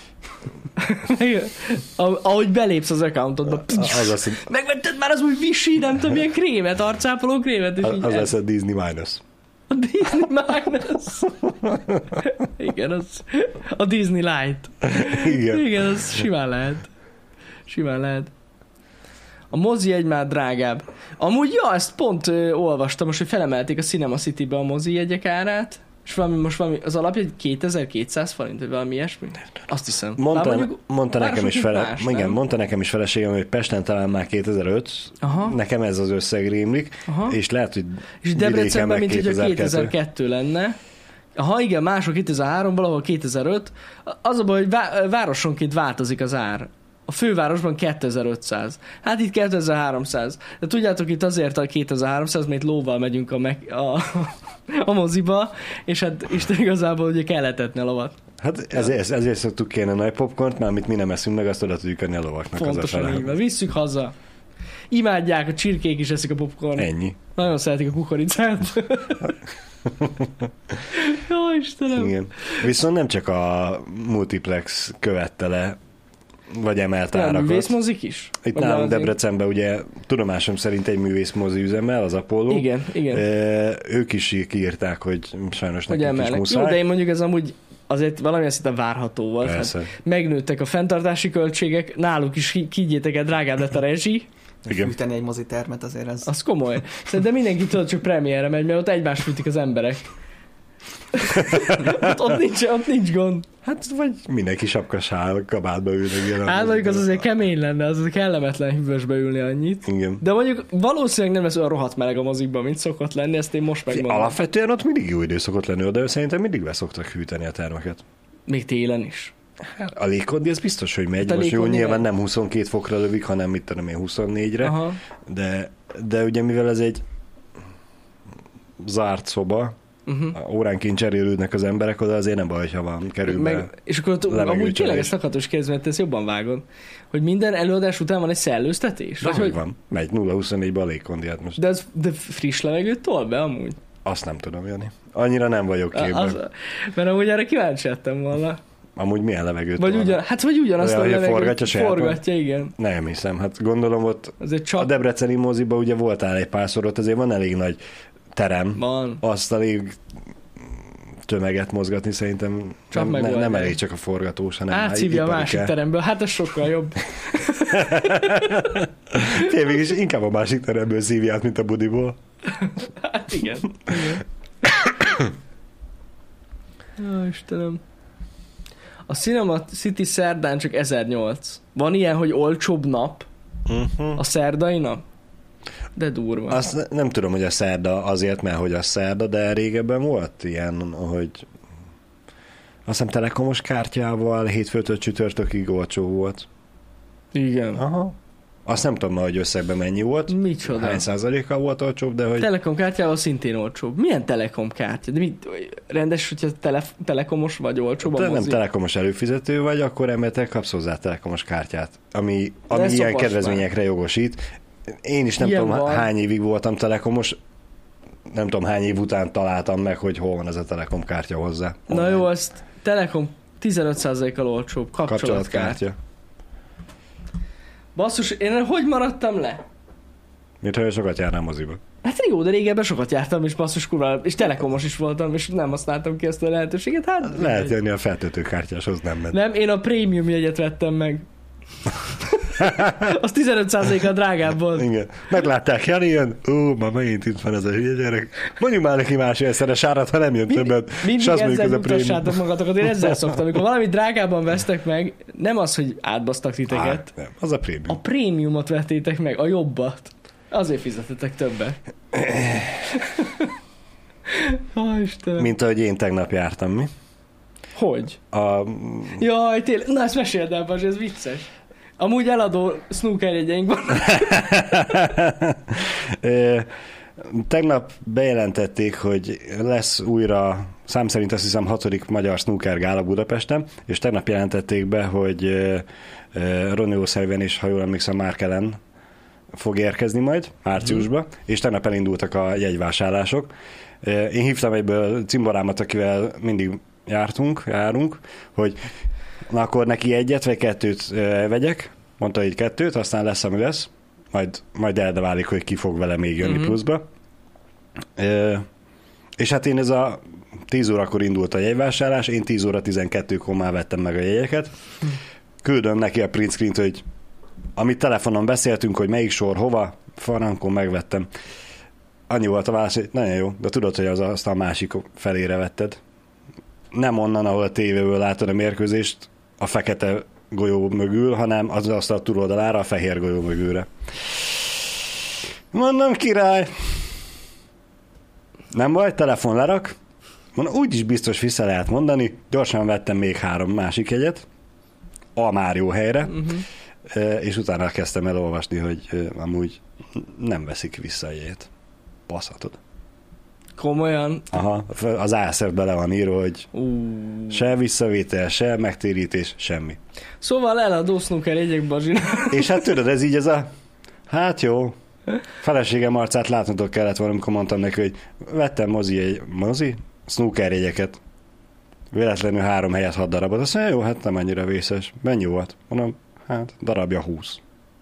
[SPEAKER 1] Ah- ahogy belépsz az accountodba.
[SPEAKER 2] az lesz,
[SPEAKER 1] Megvetted már az új Vichy, nem tudom, milyen krémet, arcápoló krémet, és így
[SPEAKER 2] az
[SPEAKER 1] ez.
[SPEAKER 2] lesz a Disney Minus.
[SPEAKER 1] A Disney Magnus. Igen, az a Disney Light.
[SPEAKER 2] Igen.
[SPEAKER 1] Igen, az simán lehet. Simán lehet. A mozi egy már drágább. Amúgy, ja, ezt pont ö, olvastam most, hogy felemelték a Cinema City-be a mozi jegyek árát, és valami, most valami, az alapja egy kétezer-kétszáz forint, vagy valami ilyesmi? Azt hiszem.
[SPEAKER 2] Mondta,
[SPEAKER 1] Bár mondjuk
[SPEAKER 2] mondta, nekem is
[SPEAKER 1] városoknak
[SPEAKER 2] fele,
[SPEAKER 1] más,
[SPEAKER 2] igen,
[SPEAKER 1] nem?
[SPEAKER 2] mondta nekem is feleségem, hogy Pesten talán már kétezer-öt,
[SPEAKER 1] Aha.
[SPEAKER 2] nekem ez az összeg rémlik,
[SPEAKER 1] Aha.
[SPEAKER 2] és lehet, hogy
[SPEAKER 1] És
[SPEAKER 2] vidéken
[SPEAKER 1] Debrecenben,
[SPEAKER 2] meg
[SPEAKER 1] mint hogy a
[SPEAKER 2] kétezer-kettő.
[SPEAKER 1] kétezer-kettő lenne. Aha, igen, máshol kétezer-három, valahol kétezer-öt. Az a baj, hogy vá- városonként változik az ár. A fővárosban kétezer-ötszáz. Hát itt kétezer-háromszáz. De tudjátok, itt azért a kétezer-háromszáz, mert lóval megyünk a, meg, a, a moziba, és hát Isten igazából ugye kell etetni a lovat.
[SPEAKER 2] Hát ezért, ezért szoktuk kérni a nagy popcornt, már amit mi nem eszünk meg, azt oda tudjuk adni a lovaknak. Az a
[SPEAKER 1] Fontosan
[SPEAKER 2] fele.
[SPEAKER 1] így van. Visszük haza. Imádják, a csirkék is eszik a popcorn.
[SPEAKER 2] Ennyi.
[SPEAKER 1] Nagyon szeretik a kukoricát. Jó, Istenem.
[SPEAKER 2] Igen. Viszont nem csak a multiplex követte le, vagy emelt
[SPEAKER 1] Nem,
[SPEAKER 2] árakat.
[SPEAKER 1] művészmozik is?
[SPEAKER 2] Itt
[SPEAKER 1] Vagy
[SPEAKER 2] nálunk
[SPEAKER 1] azért-
[SPEAKER 2] Debrecenben ugye tudomásom szerint egy művészmozi üzemmel, az Apollo.
[SPEAKER 1] Igen, igen.
[SPEAKER 2] E, ők is kiírták, hogy sajnos
[SPEAKER 1] Hogy
[SPEAKER 2] nekik is
[SPEAKER 1] emelnek.
[SPEAKER 2] muszáj.
[SPEAKER 1] Jó, de én mondjuk ez amúgy azért valamilyen szinten várható volt.
[SPEAKER 2] Persze.
[SPEAKER 1] Hát megnőttek a fenntartási költségek, náluk is higgyétek el, drágább lett a rezsi,
[SPEAKER 2] Igen.
[SPEAKER 3] Fűteni egy mozitermet azért az...
[SPEAKER 1] az komoly. Szerintem mindenki tudod, csak premierre megy, mert ott egymást fűtik az emberek. ott, ott, nincs, ott nincs gond.
[SPEAKER 2] Hát vagy mindenki sapkasál, kabátba ülnek.
[SPEAKER 1] Hát mondjuk az azért kemény lenne, az kellemetlen hűvösbe ülni annyit.
[SPEAKER 2] Igen.
[SPEAKER 1] De mondjuk valószínűleg nem lesz olyan rohadt meleg a mozikban, mint szokott lenni, ezt én most megmondom.
[SPEAKER 2] Alapvetően ott mindig jó idő szokott lenni, de szerintem mindig be szoktak hűteni a termeket.
[SPEAKER 1] Még télen is.
[SPEAKER 2] A légkondi az biztos, hogy megy.
[SPEAKER 1] Hát a
[SPEAKER 2] Most jó,
[SPEAKER 1] légkondi
[SPEAKER 2] nyilván
[SPEAKER 1] megy.
[SPEAKER 2] nem huszonkettő fokra lövik, hanem mit tudom én, huszonnégyre.
[SPEAKER 1] Aha.
[SPEAKER 2] De, de ugye mivel ez egy zárt szoba,
[SPEAKER 1] Uh-huh.
[SPEAKER 2] óránként cserélődnek az emberek oda, azért nem baj, ha van, kerül be.
[SPEAKER 1] Meg, és akkor ott,
[SPEAKER 2] levegőcserélés.
[SPEAKER 1] amúgy tényleg ezt akartos kezdve, mert ezt jobban vágod, hogy minden előadás után van egy szellőztetés?
[SPEAKER 2] De
[SPEAKER 1] Vagy
[SPEAKER 2] hogy
[SPEAKER 1] hogy,
[SPEAKER 2] van? Megy nulla huszonnégybe a légkondi, hát most
[SPEAKER 1] de, ez, de friss levegőt tol be amúgy?
[SPEAKER 2] azt nem tudom, Jani. Annyira nem vagyok képben.
[SPEAKER 1] Az, mert amúgy erre kíváncsi lettem volna.
[SPEAKER 2] Amúgy milyen levegőt
[SPEAKER 1] Vagy
[SPEAKER 2] van?
[SPEAKER 1] ugyan, hát vagy ugyanazt
[SPEAKER 2] Olyan,
[SPEAKER 1] a
[SPEAKER 2] hogy
[SPEAKER 1] levegőt
[SPEAKER 2] forgatja saját
[SPEAKER 1] forgatja, igen.
[SPEAKER 2] Nem hiszem, hát gondolom ott
[SPEAKER 1] Azért
[SPEAKER 2] a
[SPEAKER 1] csak
[SPEAKER 2] debreceni moziba ugye voltál egy párszor, ott azért van elég nagy terem.
[SPEAKER 1] van.
[SPEAKER 2] Azt elég tömeget mozgatni szerintem
[SPEAKER 1] Csak
[SPEAKER 2] nem, nem,
[SPEAKER 1] megoldani.
[SPEAKER 2] nem elég csak a forgatós, hanem
[SPEAKER 1] Átszívja a
[SPEAKER 2] ipari
[SPEAKER 1] másik
[SPEAKER 2] kell.
[SPEAKER 1] teremből, hát ez sokkal jobb.
[SPEAKER 2] Tényleg is inkább a másik teremből szívja át, mint a budiból.
[SPEAKER 1] Hát igen. igen. Ó, Istenem. A Cinema City szerdán csak ezernyolc. Van ilyen, hogy olcsóbb nap?
[SPEAKER 2] Uh-huh.
[SPEAKER 1] A szerdai nap? De durva.
[SPEAKER 2] Azt ne- nem tudom, hogy a szerda azért, mert hogy a szerda, de régebben volt ilyen, hogy azt hiszem telekomos kártyával hétfőtől csütörtökig olcsó volt.
[SPEAKER 1] Igen.
[SPEAKER 2] Aha. Azt nem tudom, hogy összegben mennyi volt.
[SPEAKER 1] Micsoda?
[SPEAKER 2] Hány százalékkal volt olcsóbb, de hogy...
[SPEAKER 1] Telekom kártyával szintén olcsóbb. Milyen Telekom kártya? De mit, rendes, hogyha tele, telekomos vagy olcsóbb
[SPEAKER 2] Te
[SPEAKER 1] a
[SPEAKER 2] nem
[SPEAKER 1] mozi?
[SPEAKER 2] telekomos előfizető vagy, akkor emeltek kapsz hozzá telekomos kártyát, ami, ami
[SPEAKER 1] ez
[SPEAKER 2] ilyen
[SPEAKER 1] szokás
[SPEAKER 2] kedvezményekre már. Jogosít. Én is nem
[SPEAKER 1] Ilyen
[SPEAKER 2] tudom,
[SPEAKER 1] van.
[SPEAKER 2] hány évig voltam telekomos, nem tudom, hány év után találtam meg, hogy hol van ez a Telekom kártya hozzá.
[SPEAKER 1] Na jó, ezt Telekom tizenöt százalékkal olcsóbb. Kapcsolatkártya.
[SPEAKER 2] Kapcsolatkártya.
[SPEAKER 1] Basszus, én hogy maradtam le?
[SPEAKER 2] Mint ha sokat járnám moziba.
[SPEAKER 1] Hát jó, de régebben sokat jártam, és basszus kurva, és telekomos is voltam, és nem használtam ki ezt a lehetőséget. Hát,
[SPEAKER 2] Lehet jönni a feltöltőkártyáshoz, nem ment.
[SPEAKER 1] nem, én a prémium jegyet vettem meg. Az tizenöt százalékkal drágább volt.
[SPEAKER 2] Igen. Meglátták, Jani jön, ó, ma megint itt van ez a hülye gyerek. Mondjuk már neki másfélszeres árat, ha nem jön
[SPEAKER 1] Mind,
[SPEAKER 2] többet.
[SPEAKER 1] mindig
[SPEAKER 2] az
[SPEAKER 1] ezzel
[SPEAKER 2] ez a prémium.
[SPEAKER 1] nyugtassátok magatokat, én ezzel szoktam. Amikor valamit drágában vesztek meg, nem az, hogy átbasztak titeket.
[SPEAKER 2] Á, nem, az a prémium.
[SPEAKER 1] A prémiumot vettétek meg, a jobbat. Azért fizetetek többet. Ó, Istenem.
[SPEAKER 2] Mint ahogy én tegnap jártam, mi?
[SPEAKER 1] Hogy?
[SPEAKER 2] A...
[SPEAKER 1] Jaj, tényleg. Na, ezt meséld el, Bazsi, ez vicces. Amúgy eladó snooker jegyeink van.
[SPEAKER 2] Ö, Tegnap bejelentették, hogy lesz újra, szám szerint azt hiszem hatodik magyar snooker gála Budapesten, és tegnap jelentették be, hogy ö, ö, Ronnie O'Sullivan és, ha jól emlékszem, Mark Allen fog érkezni majd márciusba, mm. és tegnap elindultak a jegyvásárlások. Én hívtam egyből cimborámat, akivel mindig jártunk, járunk, hogy na akkor neki egyet vagy kettőt ö, vegyek, mondta, hogy kettőt, aztán lesz, ami lesz, majd, majd eldeválik, hogy ki fog vele még jönni mm-hmm. pluszba. Ö, és hát én ez a tíz órakor indult a jegyvásárlás, én tíz óra tizenkettőkor már vettem meg a jegyeket. Küldöm neki a print screen-t, hogy amit telefonon beszéltünk, hogy melyik sor, hova, farankon megvettem. Annyi volt a válasz, hogy nagyon jó, de tudod, hogy az azt a másik felére vetted. Nem onnan, ahol a tévéből látod a mérkőzést, a fekete golyó mögül, hanem az azt a túloldalára, a fehér golyó mögülre. Mondom, király! Nem baj, telefon lerak. Mondom, úgyis biztos vissza lehet mondani. Gyorsan vettem még három másik jegyet. A már jó helyre. Uh-huh. És utána kezdtem el olvasni, hogy amúgy nem veszik vissza a jegyet. Baszhatod.
[SPEAKER 1] Komolyan?
[SPEAKER 2] Aha, az ászefbe le van írva, hogy
[SPEAKER 1] uh.
[SPEAKER 2] se visszavétel, se megtérítés, semmi.
[SPEAKER 1] Szóval eladó snooker jegyek, Bazsin.
[SPEAKER 2] És hát tudod, ez így ez a hát jó, feleségem arcát látnotok kellett volna, amikor mondtam neki, hogy vettem mozi, egy, mozi? snooker jegyeket. Véletlenül három helyet, hat darabot. Azt mondja, jó, hát nem annyira vészes. Mennyi volt? Mondom, hát darabja húsz.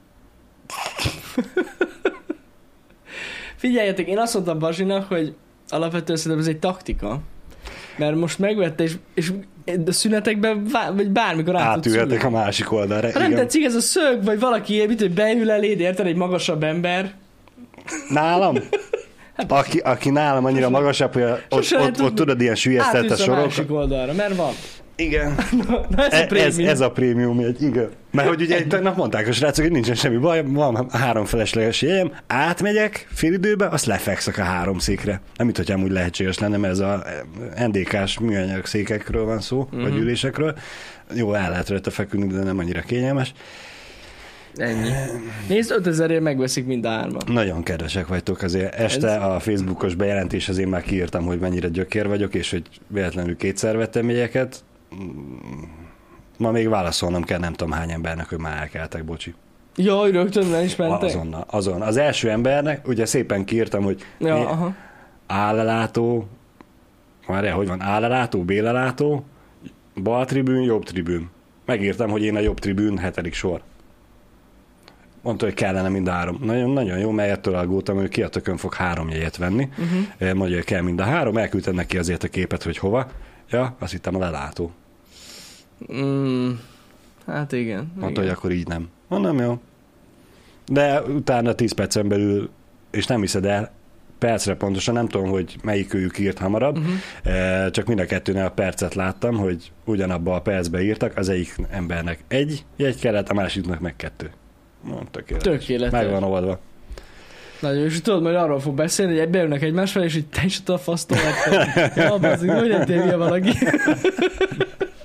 [SPEAKER 1] Figyeljetek, én azt mondtam Bazsinak, hogy alapvetően szerintem ez egy taktika, mert most megvette, és, és a szünetekben, vagy bármikor át tudsz ülni.
[SPEAKER 2] Átülhetek a másik oldalra.
[SPEAKER 1] Ha nem tetszik ez a szög, vagy valaki mit, hogy beül eléd, érted, egy magasabb ember.
[SPEAKER 2] Nálam? Hát, aki, aki nálam annyira magasabb, hogy ott, ott, ott, ott tudod, ilyen süllyesztett a sorok.
[SPEAKER 1] Átülsz a másik oldalra, mert van.
[SPEAKER 2] Igen.
[SPEAKER 1] Na, na ez, a
[SPEAKER 2] ez, ez a prémium jegy, igen. Mert hogy ugye tegnap mondták a srácok, hogy nincsen semmi baj, van három felesleges jegyem, átmegyek fél időbe, azt lefekszek a három székre. Nem mint hogy amúgy lehetséges lenne, mert ez a en dé ká-s műanyag székekről van szó, mm-hmm. vagy ülésekről. Jó, el lehet rajta feküdni, de nem annyira kényelmes.
[SPEAKER 1] Ennyi. Nézd, ötezerért megveszik mind a hárman.
[SPEAKER 2] Nagyon kedvesek vagytok azért. Este ez... a Facebookos bejelentéshez én már kiírtam, hogy mennyire gyökér vagyok, és hogy véletlenül kétszer vettem jegyeket. Ma még válaszolnom kell, nem tudom hány embernek, hogy már elkeltek, bocsi.
[SPEAKER 1] Jaj, rögtön nem is mentek?
[SPEAKER 2] Azonnal, azon. Az első embernek, ugye szépen kiírtam, hogy
[SPEAKER 1] ja, aha.
[SPEAKER 2] állelátó, várjál, hogy van, állelátó, bélelátó, bal tribűn, jobb tribűn. Megírtam, hogy én a jobb tribűn, hetedik sor. Mondta, hogy kellene mind a három. Nagyon, nagyon jó, mert ettől aggódtam, hogy ki a tökön fog három jegyet venni. Uh-huh. Mondja, hogy kell mind a három, elküldtem neki azért a képet, hogy hova. Ja, azt hittem a lelátó.
[SPEAKER 1] Mm, hát igen.
[SPEAKER 2] Mondta,
[SPEAKER 1] igen.
[SPEAKER 2] hogy akkor így nem. Mondom, jó. De utána tíz percen belül, és nem hiszed el, percre pontosan, nem tudom, hogy melyik őjük írt hamarabb, uh-huh. csak mind a kettőnél a percet láttam, hogy ugyanabban a percbe írtak, az egyik embernek egy jegy kellett, a másiknak meg kettő. Mondta,
[SPEAKER 1] tökéletes.
[SPEAKER 2] Meg van oldva.
[SPEAKER 1] Nagyon, és tudod, majd arról fog beszélni, hogy beülnek egymás fel, és így te is a fasztól lettem. Ja, bazzik, hogy lettél ilyen valaki.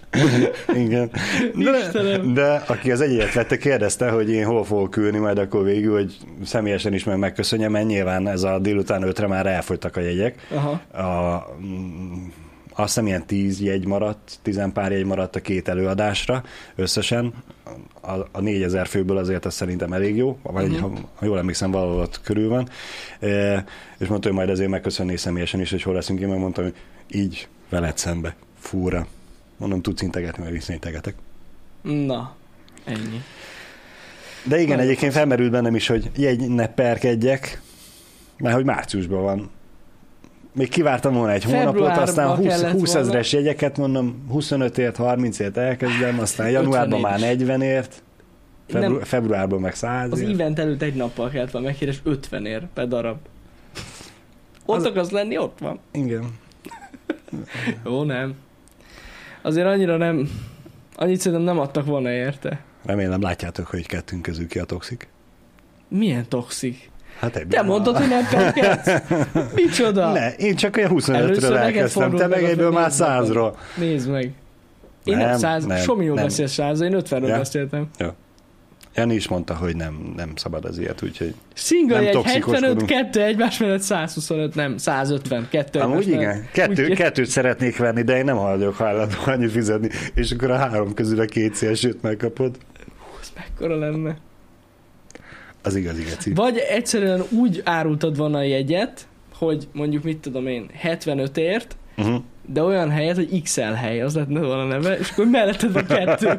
[SPEAKER 2] Igen. De, de aki az egyet vette, kérdezte, hogy én hol fogok ülni majd akkor végül, hogy személyesen is meg megköszönjem, mert nyilván ez a délután ötre már elfogytak a jegyek.
[SPEAKER 1] Aha.
[SPEAKER 2] A, azt hiszem ilyen tíz jegy maradt, tizen pár jegy maradt a két előadásra összesen. A, a négyezer főből azért az szerintem elég jó, vagy uh-huh. ha, ha jól emlékszem, valahol ott körül van. E, és mondta, hogy majd ezért megköszönné személyesen is, hogy hol leszünk. Én megmondtam, hogy így veled szembe, fúra. Mondom, tudsz integetni, mert visszaintegetek.
[SPEAKER 1] Na, ennyi.
[SPEAKER 2] De igen,
[SPEAKER 1] Nagyon
[SPEAKER 2] egyébként felmerült bennem is, hogy jegy ne perkedjek, mert hogy márciusban van. Még kivártam volna egy hónapot, aztán húsz ezres jegyeket, mondom, huszonötért, harmincért elkezdem, aztán januárban már negyvenért, febru- februárban meg százért.
[SPEAKER 1] Az event előtt egy nappal kellett volna megkérdez ötvenért per darab. Ott az... akarsz lenni, ott van.
[SPEAKER 2] Igen.
[SPEAKER 1] Jó, nem. Azért annyira nem, annyit szerintem nem adtak volna érte.
[SPEAKER 2] Remélem látjátok, hogy kettőnk közül ki a toxik.
[SPEAKER 1] Milyen toxik?
[SPEAKER 2] Hát
[SPEAKER 1] te mondtad, hogy nem perkedsz? Micsoda?
[SPEAKER 2] Ne, én csak olyan huszonötről elkezdtem, te meg egyből már százról.
[SPEAKER 1] Nézd meg. Én nem, nem száz, nem, Somiról beszélsz százról, én ötvenről ja. beszéltem.
[SPEAKER 2] Jó. Jani is mondta, hogy nem, nem szabad az ilyet, úgyhogy
[SPEAKER 1] single egy hetvenöt, kettő egymás mellett százhuszonöt, nem, százötven, kettő
[SPEAKER 2] amúgy igen, kettő, kettőt szeretnék venni, de én nem hajlandók hajlandó annyit fizetni, és akkor a három közül a két szélsőt megkapod.
[SPEAKER 1] Hú, ez mekkora lenne.
[SPEAKER 2] Az igazi geci.
[SPEAKER 1] Vagy egyszerűen úgy árultad volna a jegyet, hogy mondjuk mit tudom én, hetvenötért, uh-huh. de olyan helyet, hogy iksz el hely, az lett volna a neve, és akkor melletted van kettő.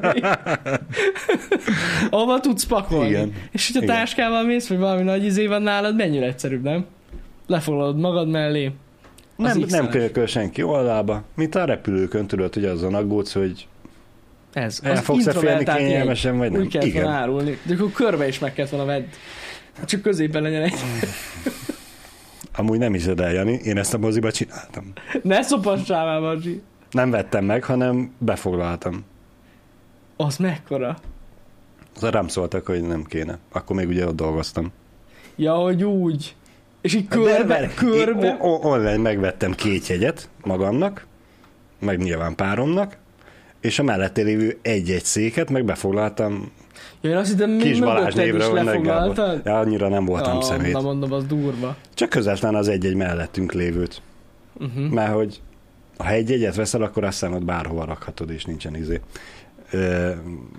[SPEAKER 1] Ahova tudsz pakolni.
[SPEAKER 2] Igen.
[SPEAKER 1] És hogyha táskával mész, vagy valami nagy izé van nálad, mennyire egyszerűbb, nem? Lefoglalod magad mellé.
[SPEAKER 2] Nem, nem kölyököl senki oldalába. Mint a repülőkön, tudod, hogy azon aggódsz, hogy
[SPEAKER 1] ez.
[SPEAKER 2] El fogsz-e félni kényelmesen, vagy nem?
[SPEAKER 1] Úgy kellett volna árulni. De akkor körbe is meg kellett volna vedd. Csak középen legyen egy.
[SPEAKER 2] Amúgy nem hiszed el, Jani, én ezt a moziba csináltam.
[SPEAKER 1] Ne szopassál már, Bazsi.
[SPEAKER 2] Nem vettem meg, hanem befoglaltam.
[SPEAKER 1] Az mekkora?
[SPEAKER 2] Az rám szóltak, hogy nem kéne. Akkor még ugye ott dolgoztam.
[SPEAKER 1] Ja, hogy úgy. És így körbe, körbe.
[SPEAKER 2] Én online megvettem két jegyet magamnak, meg nyilván páromnak, és a mellette lévő egy-egy széket meg befoglaltam.
[SPEAKER 1] Ja, én azt hittem,
[SPEAKER 2] Kis Balázs névre,
[SPEAKER 1] is lefoglaltad?
[SPEAKER 2] Ja, annyira nem voltam ja, szemét.
[SPEAKER 1] Na mondom, az durva.
[SPEAKER 2] Csak közvetlen az egy-egy mellettünk lévőt. Uh-huh. Mert hogy ha egy jegyet veszel, akkor azt hiszem, hogy bárhova rakhatod, és nincsen izé. Ö,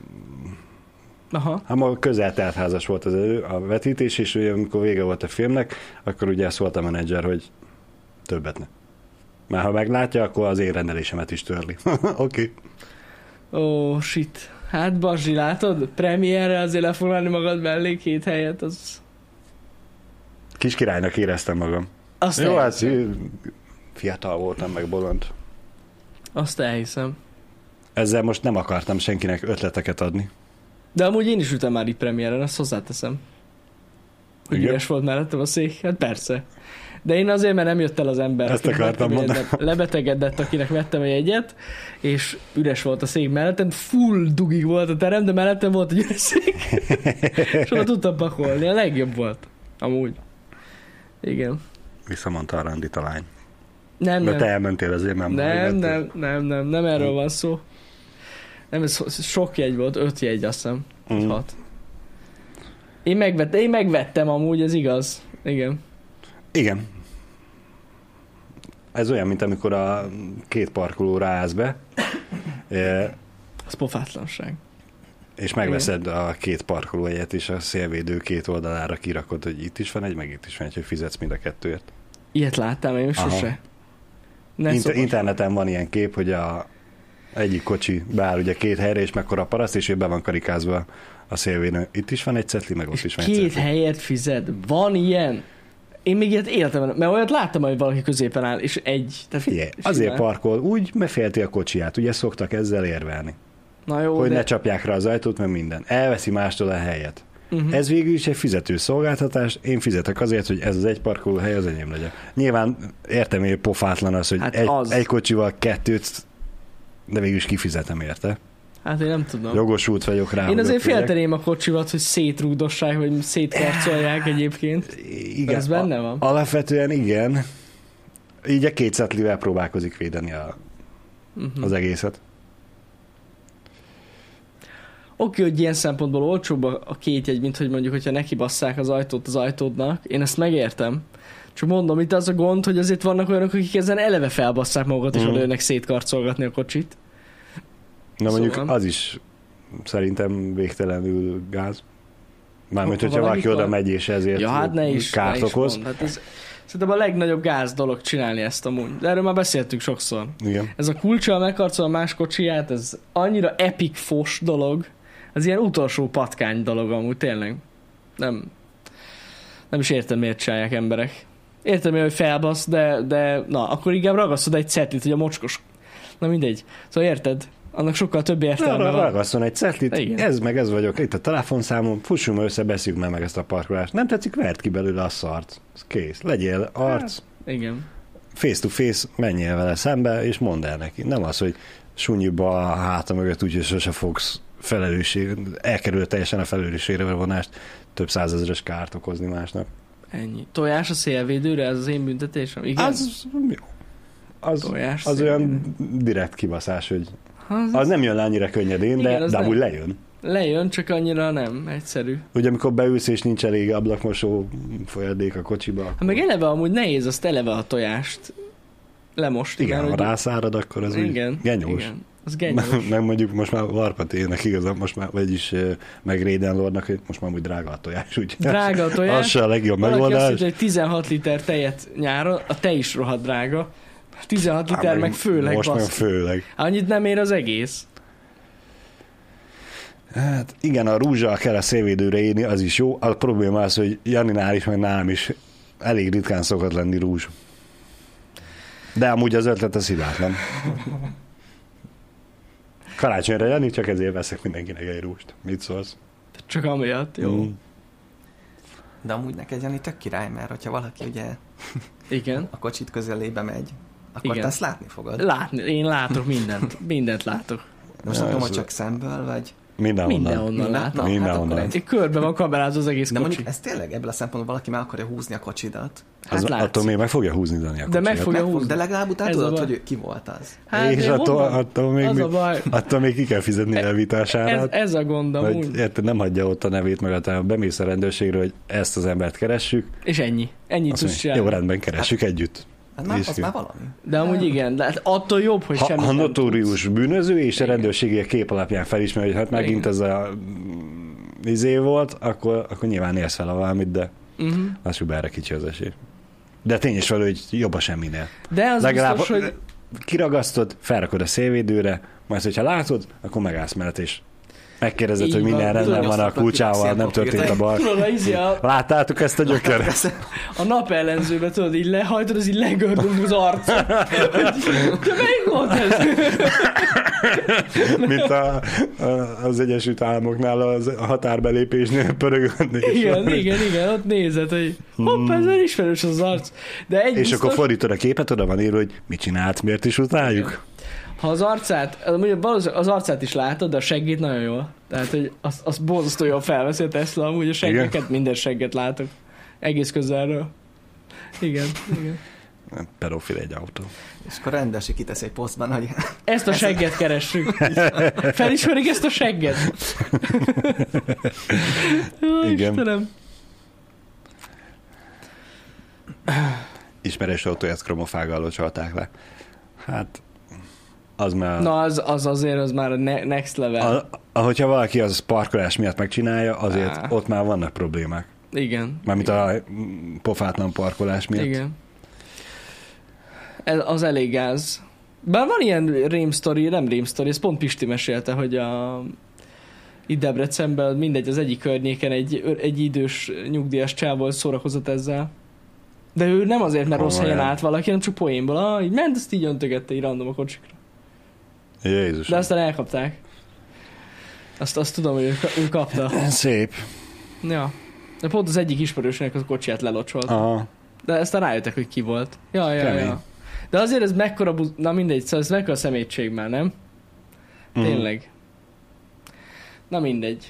[SPEAKER 1] Aha.
[SPEAKER 2] Hát ma közel-teltházas volt az elő, a vetítés, és ugye, amikor vége volt a filmnek, akkor ugye szólt a menedzser, hogy többet ne. Már ha meglátja, akkor az én rendelésemet is törli. Oké. Okay.
[SPEAKER 1] Ó, oh, shit. Hát Bazsi, látod? Premierre azért lefoglalni magad mellé két helyet, az...
[SPEAKER 2] Kis királynak éreztem magam.
[SPEAKER 1] Azt
[SPEAKER 2] jó, hát fiatal voltam, meg bolond.
[SPEAKER 1] Azt elhiszem.
[SPEAKER 2] Ezzel most nem akartam senkinek ötleteket adni.
[SPEAKER 1] De amúgy én is ültem már itt premiéren, azt hozzáteszem. Hogy üres volt mellettem a szék? Hát persze. De én azért, mert nem jött el az ember.
[SPEAKER 2] Ezt akartam mondani.
[SPEAKER 1] Lebetegedett, akinek vettem egy jegyet, és üres volt a szék mellettem, full dugig volt a terem, de mellettem volt egy üres szék. És oda tudtam pakolni. A legjobb volt. Amúgy. Igen.
[SPEAKER 2] Visszamondta a randit a lány.
[SPEAKER 1] Nem,
[SPEAKER 2] de
[SPEAKER 1] nem.
[SPEAKER 2] te elmentél azért, nem.
[SPEAKER 1] Nem, nem, nem, nem, nem erről van szó. Nem, ez sok jegy volt, öt jegy, azt hiszem. Mm. Hat. Én megvettem, én megvettem amúgy, ez igaz. Igen.
[SPEAKER 2] Igen. Ez olyan, mint amikor a két parkolóra állsz be.
[SPEAKER 1] Az pofátlanság.
[SPEAKER 2] És megveszed igen. a két parkolóhelyet, és a szélvédő két oldalára kirakod, hogy itt is van egy, meg itt is van egy, hogy fizetsz mind a kettőért.
[SPEAKER 1] Ilyet láttam én sose.
[SPEAKER 2] Inter- interneten van ilyen kép, hogy a egyik kocsi beáll ugye két helyre, és mekkora paraszt, és ő be van karikázva a szélvédő. Itt is van egy cetli, meg ott
[SPEAKER 1] és
[SPEAKER 2] is van egy
[SPEAKER 1] két
[SPEAKER 2] cetli.
[SPEAKER 1] helyet fizet. Van ilyen? Én még ilyet életemben, mert olyat láttam, hogy valaki középen áll, és egy.
[SPEAKER 2] Yeah, azért parkol, úgy, mert félti a kocsiját. Ugye szoktak ezzel érvelni.
[SPEAKER 1] Na jó,
[SPEAKER 2] hogy
[SPEAKER 1] de...
[SPEAKER 2] ne csapják rá az ajtót, meg minden. Elveszi mástól a helyet.
[SPEAKER 1] Uh-huh.
[SPEAKER 2] Ez végül is egy fizető szolgáltatás. Én fizetek azért, hogy ez az egy parkoló hely az enyém legyen. Nyilván értem, hogy pofátlan az, hogy
[SPEAKER 1] hát
[SPEAKER 2] egy,
[SPEAKER 1] az.
[SPEAKER 2] egy kocsival kettőt, de végül is kifizetem érte.
[SPEAKER 1] Hát én nem tudom.
[SPEAKER 2] Jogosult vagyok rá.
[SPEAKER 1] Én azért félteném a kocsivat, hogy szétrúgdossák, vagy szétkarcolják egyébként.
[SPEAKER 2] Igen.
[SPEAKER 1] Ez benne van?
[SPEAKER 2] Alapvetően igen. Így a két szetlivel próbálkozik védeni a, uh-huh. az egészet.
[SPEAKER 1] Oké, hogy ilyen szempontból olcsóbb a két jegy, mint hogy mondjuk, hogyha neki basszák az ajtót az ajtódnak. Én ezt megértem. Csak mondom, itt az a gond, hogy azért vannak olyanok, akik ezen eleve felbasszák magukat, és
[SPEAKER 2] Mhm.
[SPEAKER 1] lőnek szétkarcolgatni a kocsit.
[SPEAKER 2] Na mondjuk
[SPEAKER 1] Szóval-
[SPEAKER 2] az is szerintem végtelenül gáz. Mármint,
[SPEAKER 1] Ha
[SPEAKER 2] hogyha valaki
[SPEAKER 1] valaki
[SPEAKER 2] oda
[SPEAKER 1] van-
[SPEAKER 2] megy, és ezért
[SPEAKER 1] Ja, hát ne is,
[SPEAKER 2] kárt
[SPEAKER 1] ne is
[SPEAKER 2] okoz.
[SPEAKER 1] mondd. Hát ez, szerintem a legnagyobb gáz dolog csinálni ezt amúgy. De erről már beszéltünk sokszor.
[SPEAKER 2] Igen.
[SPEAKER 1] Ez a kulccsal megkarcol a más kocsiját, ez annyira epic fos dolog. Ez ilyen utolsó patkány dolog amúgy, tényleg. Nem, nem is értem, miért csinálják emberek. Értem, hogy felbasz, de, de na, akkor inkább ragasztod egy cetlit, hogy a mocskos... Na mindegy. Szóval érted? Annak sokkal több értelme
[SPEAKER 2] Na,
[SPEAKER 1] van.
[SPEAKER 2] ragasszon egy cetlit,
[SPEAKER 1] Igen.
[SPEAKER 2] ez meg ez vagyok, itt a telefonszámom, fussunk össze, beszéljük meg, meg ezt a parkolást. Nem tetszik, verd ki belőle a szart. Ez kész. Legyél arc,
[SPEAKER 1] Igen.
[SPEAKER 2] face to face, menjél vele szembe, és mondd el neki. Nem az, hogy sunyiba a háta mögött, úgyhogy sose fogsz felelősség, elkerül teljesen a felelősségre vonást, több százezres kárt okozni másnak.
[SPEAKER 1] Ennyi. Tojás a szélvédőre, ez az én büntetésem? Igen.
[SPEAKER 2] Az, az,
[SPEAKER 1] Tojás
[SPEAKER 2] az
[SPEAKER 1] szélvédő.
[SPEAKER 2] olyan direkt kibaszás, hogy
[SPEAKER 1] Az,
[SPEAKER 2] az nem jön le annyira könnyedén,
[SPEAKER 1] Igen,
[SPEAKER 2] de,
[SPEAKER 1] az
[SPEAKER 2] de amúgy
[SPEAKER 1] nem.
[SPEAKER 2] lejön.
[SPEAKER 1] Lejön, csak annyira nem egyszerű.
[SPEAKER 2] Ugye amikor beülsz és nincs elég ablakmosó folyadék a kocsiba,
[SPEAKER 1] Hát meg eleve amúgy nehéz azt eleve a tojást lemosni.
[SPEAKER 2] igen,
[SPEAKER 1] mert
[SPEAKER 2] ha
[SPEAKER 1] hogy-
[SPEAKER 2] rászárad, akkor az úgy
[SPEAKER 1] igen,
[SPEAKER 2] genyós.
[SPEAKER 1] igen, az genyós.
[SPEAKER 2] Meg mondjuk most már Varpatének igazán, most már, vagyis eh, meg Réden Lordnak, hogy most már úgy drága a tojás, úgy.
[SPEAKER 1] Drága a tojás.
[SPEAKER 2] Az se a legjobb
[SPEAKER 1] Valaki azt
[SPEAKER 2] megoldás.
[SPEAKER 1] mondta, hogy tizenhat liter tejet nyáron, a tej is rohadt drága. tizenhat liter
[SPEAKER 2] Á,
[SPEAKER 1] meg főleg
[SPEAKER 2] Most meg
[SPEAKER 1] basz.
[SPEAKER 2] főleg.
[SPEAKER 1] Annyit nem ér az egész.
[SPEAKER 2] Hát igen, a rúzsal kell a szélvédőre írni, az is jó. A probléma az, hogy Janinál is, meg nálam is elég ritkán szokott lenni rúzs. De amúgy az ötlet az hibátlan. Karácsonyra, Jani, csak ezért veszek mindenkinek egy rúst. Mit szólsz?
[SPEAKER 1] Csak amiatt, jó.
[SPEAKER 2] Mm.
[SPEAKER 3] De amúgy neked, Jani, tök király, mert hogyha valaki ugye
[SPEAKER 1] Igen.
[SPEAKER 3] a kocsit közelébe megy, akkor
[SPEAKER 1] Igen.
[SPEAKER 3] te ezt látni fogod.
[SPEAKER 1] Látni, én látok mindent. Mindent látok.
[SPEAKER 3] De most
[SPEAKER 2] Ja,
[SPEAKER 3] nem tudom,
[SPEAKER 2] ez-
[SPEAKER 3] hogy csak szemből, vagy...
[SPEAKER 2] Mindenhonnan.
[SPEAKER 1] Mindenhonnan
[SPEAKER 3] Minden-
[SPEAKER 1] látok.
[SPEAKER 3] Na,
[SPEAKER 2] Mindenhonnan.
[SPEAKER 3] hát akkor egy...
[SPEAKER 1] Egy körbe van kamerázva az egész
[SPEAKER 3] De
[SPEAKER 1] kocsi.
[SPEAKER 3] mondjuk ez tényleg ebből a szempontból valaki meg akarja húzni a kocsidat.
[SPEAKER 1] Hát
[SPEAKER 2] Az,
[SPEAKER 1] látszik.
[SPEAKER 2] attól még meg fogja húzni Dani a
[SPEAKER 1] De meg
[SPEAKER 2] kocsiat.
[SPEAKER 1] fogja
[SPEAKER 3] Meg fog,
[SPEAKER 1] húzni.
[SPEAKER 3] de legalább utána
[SPEAKER 1] Ez a
[SPEAKER 3] tudod,
[SPEAKER 1] baj.
[SPEAKER 3] hogy ő- ki volt az.
[SPEAKER 1] Hát,
[SPEAKER 2] És
[SPEAKER 1] de
[SPEAKER 2] attól,
[SPEAKER 1] honnan?
[SPEAKER 2] attól, még,
[SPEAKER 1] Az a
[SPEAKER 2] mi-
[SPEAKER 1] baj.
[SPEAKER 2] attól még ki kell fizetni
[SPEAKER 1] Ez,
[SPEAKER 2] elvítására.
[SPEAKER 1] ez a gond
[SPEAKER 2] Hogy
[SPEAKER 1] amúgy.
[SPEAKER 2] érted, nem hagyja ott a nevét, meg utána bemész a rendőrségre, hogy ezt az embert keressük.
[SPEAKER 1] És ennyi. Ennyit
[SPEAKER 2] Azt
[SPEAKER 1] tudsz
[SPEAKER 2] mondja,
[SPEAKER 1] csinálni.
[SPEAKER 2] jó, rendben, keressük együtt.
[SPEAKER 3] Hát már,
[SPEAKER 2] És
[SPEAKER 3] az
[SPEAKER 2] ki-
[SPEAKER 3] már valami.
[SPEAKER 1] De amúgy igen, de hát attól jobb, hogy
[SPEAKER 2] Ha,
[SPEAKER 1] semmit
[SPEAKER 2] ha
[SPEAKER 1] nem
[SPEAKER 2] notórius
[SPEAKER 1] tudsz.
[SPEAKER 2] bűnöző, és a
[SPEAKER 1] Igen.
[SPEAKER 2] rendőrségi kép alapján felismer, hogy hát megint
[SPEAKER 1] Igen.
[SPEAKER 2] ez a izé volt, akkor, akkor nyilván érsz fel a valamit, de
[SPEAKER 1] Uh-huh.
[SPEAKER 2] lássuk be, erre kicsi az esély. De tény is való, hogy jobb a semminél.
[SPEAKER 1] De az
[SPEAKER 2] Legalább
[SPEAKER 1] biztos, hogy
[SPEAKER 2] kiragasztod, felrakod a szélvédőre, majd hogyha látod, akkor megállsz mellett, és megkérdezed,
[SPEAKER 1] Így
[SPEAKER 2] hogy
[SPEAKER 1] van.
[SPEAKER 2] minden rendben van a
[SPEAKER 3] Tudod,
[SPEAKER 2] kulcsával, nem
[SPEAKER 3] szélpapírt.
[SPEAKER 2] történt a baj.
[SPEAKER 1] tudod, a, izé a,
[SPEAKER 2] Láttátok ezt a gyökeret?
[SPEAKER 1] a napellenzőbe tudod, így lehajtod, az így legördül az arc. De melyik volt ez?
[SPEAKER 2] Mint a, a, az Egyesült Államoknál az, a határbelépésnél pörögödni.
[SPEAKER 1] Igen, igen, igen, ott nézed, hogy hopp, ez ismerős az arc. De egy
[SPEAKER 2] És
[SPEAKER 1] biztos,
[SPEAKER 2] akkor fordítod a képet, oda van írva, hogy mit csinált, miért is utáljuk.
[SPEAKER 1] ha az arcát, mondjuk valószínűleg az arcát is látod, de a seggét nagyon jól. Tehát, hogy azt, azt borzasztó jól felveszi a Tesla, amúgy a seggeket,
[SPEAKER 2] Igen?
[SPEAKER 1] minden segget látok. Egész közelről. Igen, igen.
[SPEAKER 2] Pedofil egy autó.
[SPEAKER 3] És akkor rendesen kitesz egy posztban, hogy
[SPEAKER 1] Ezt a segget keressük. Felismerik ezt a segget? Jó,
[SPEAKER 2] Igen.
[SPEAKER 1] Istenem.
[SPEAKER 2] Ismerős autóját kromofággal locsolták le. Hát, az már...
[SPEAKER 1] Na, az, az azért, az már a ne- next level.
[SPEAKER 2] A, ahogyha valaki az parkolás miatt megcsinálja, azért
[SPEAKER 1] Á.
[SPEAKER 2] ott már vannak problémák.
[SPEAKER 1] Igen.
[SPEAKER 2] Mármint a mm, pofátlan parkolás miatt.
[SPEAKER 1] Igen. Ez, az elég gáz. Bár van ilyen rém sztori, nem rém sztori, ez pont Pisti mesélte, hogy a itt Debrecenben, mindegy, az egyik környéken egy, egy idős nyugdíjas csávol szórakozott ezzel. De ő nem azért, mert rossz
[SPEAKER 2] Komolyan.
[SPEAKER 1] helyen állt valaki, hanem csak poénból. Ah, így ment, azt így öntögette így random a kocsikra.
[SPEAKER 2] Jézus.
[SPEAKER 1] De aztán elkapták. Azt, azt tudom, hogy ő, ő kapta.
[SPEAKER 2] Szép.
[SPEAKER 1] Ja. De pont az egyik ismerősnek a kocsiját lelocsolt.
[SPEAKER 2] Aha.
[SPEAKER 1] De aztán rájöttek, hogy ki volt. Ja, ja,
[SPEAKER 2] Kemény.
[SPEAKER 1] ja. De azért ez mekkora, buz... na mindegy, szóval ez mekkora szemétség már, nem?
[SPEAKER 2] Mhm.
[SPEAKER 1] Tényleg. Na mindegy.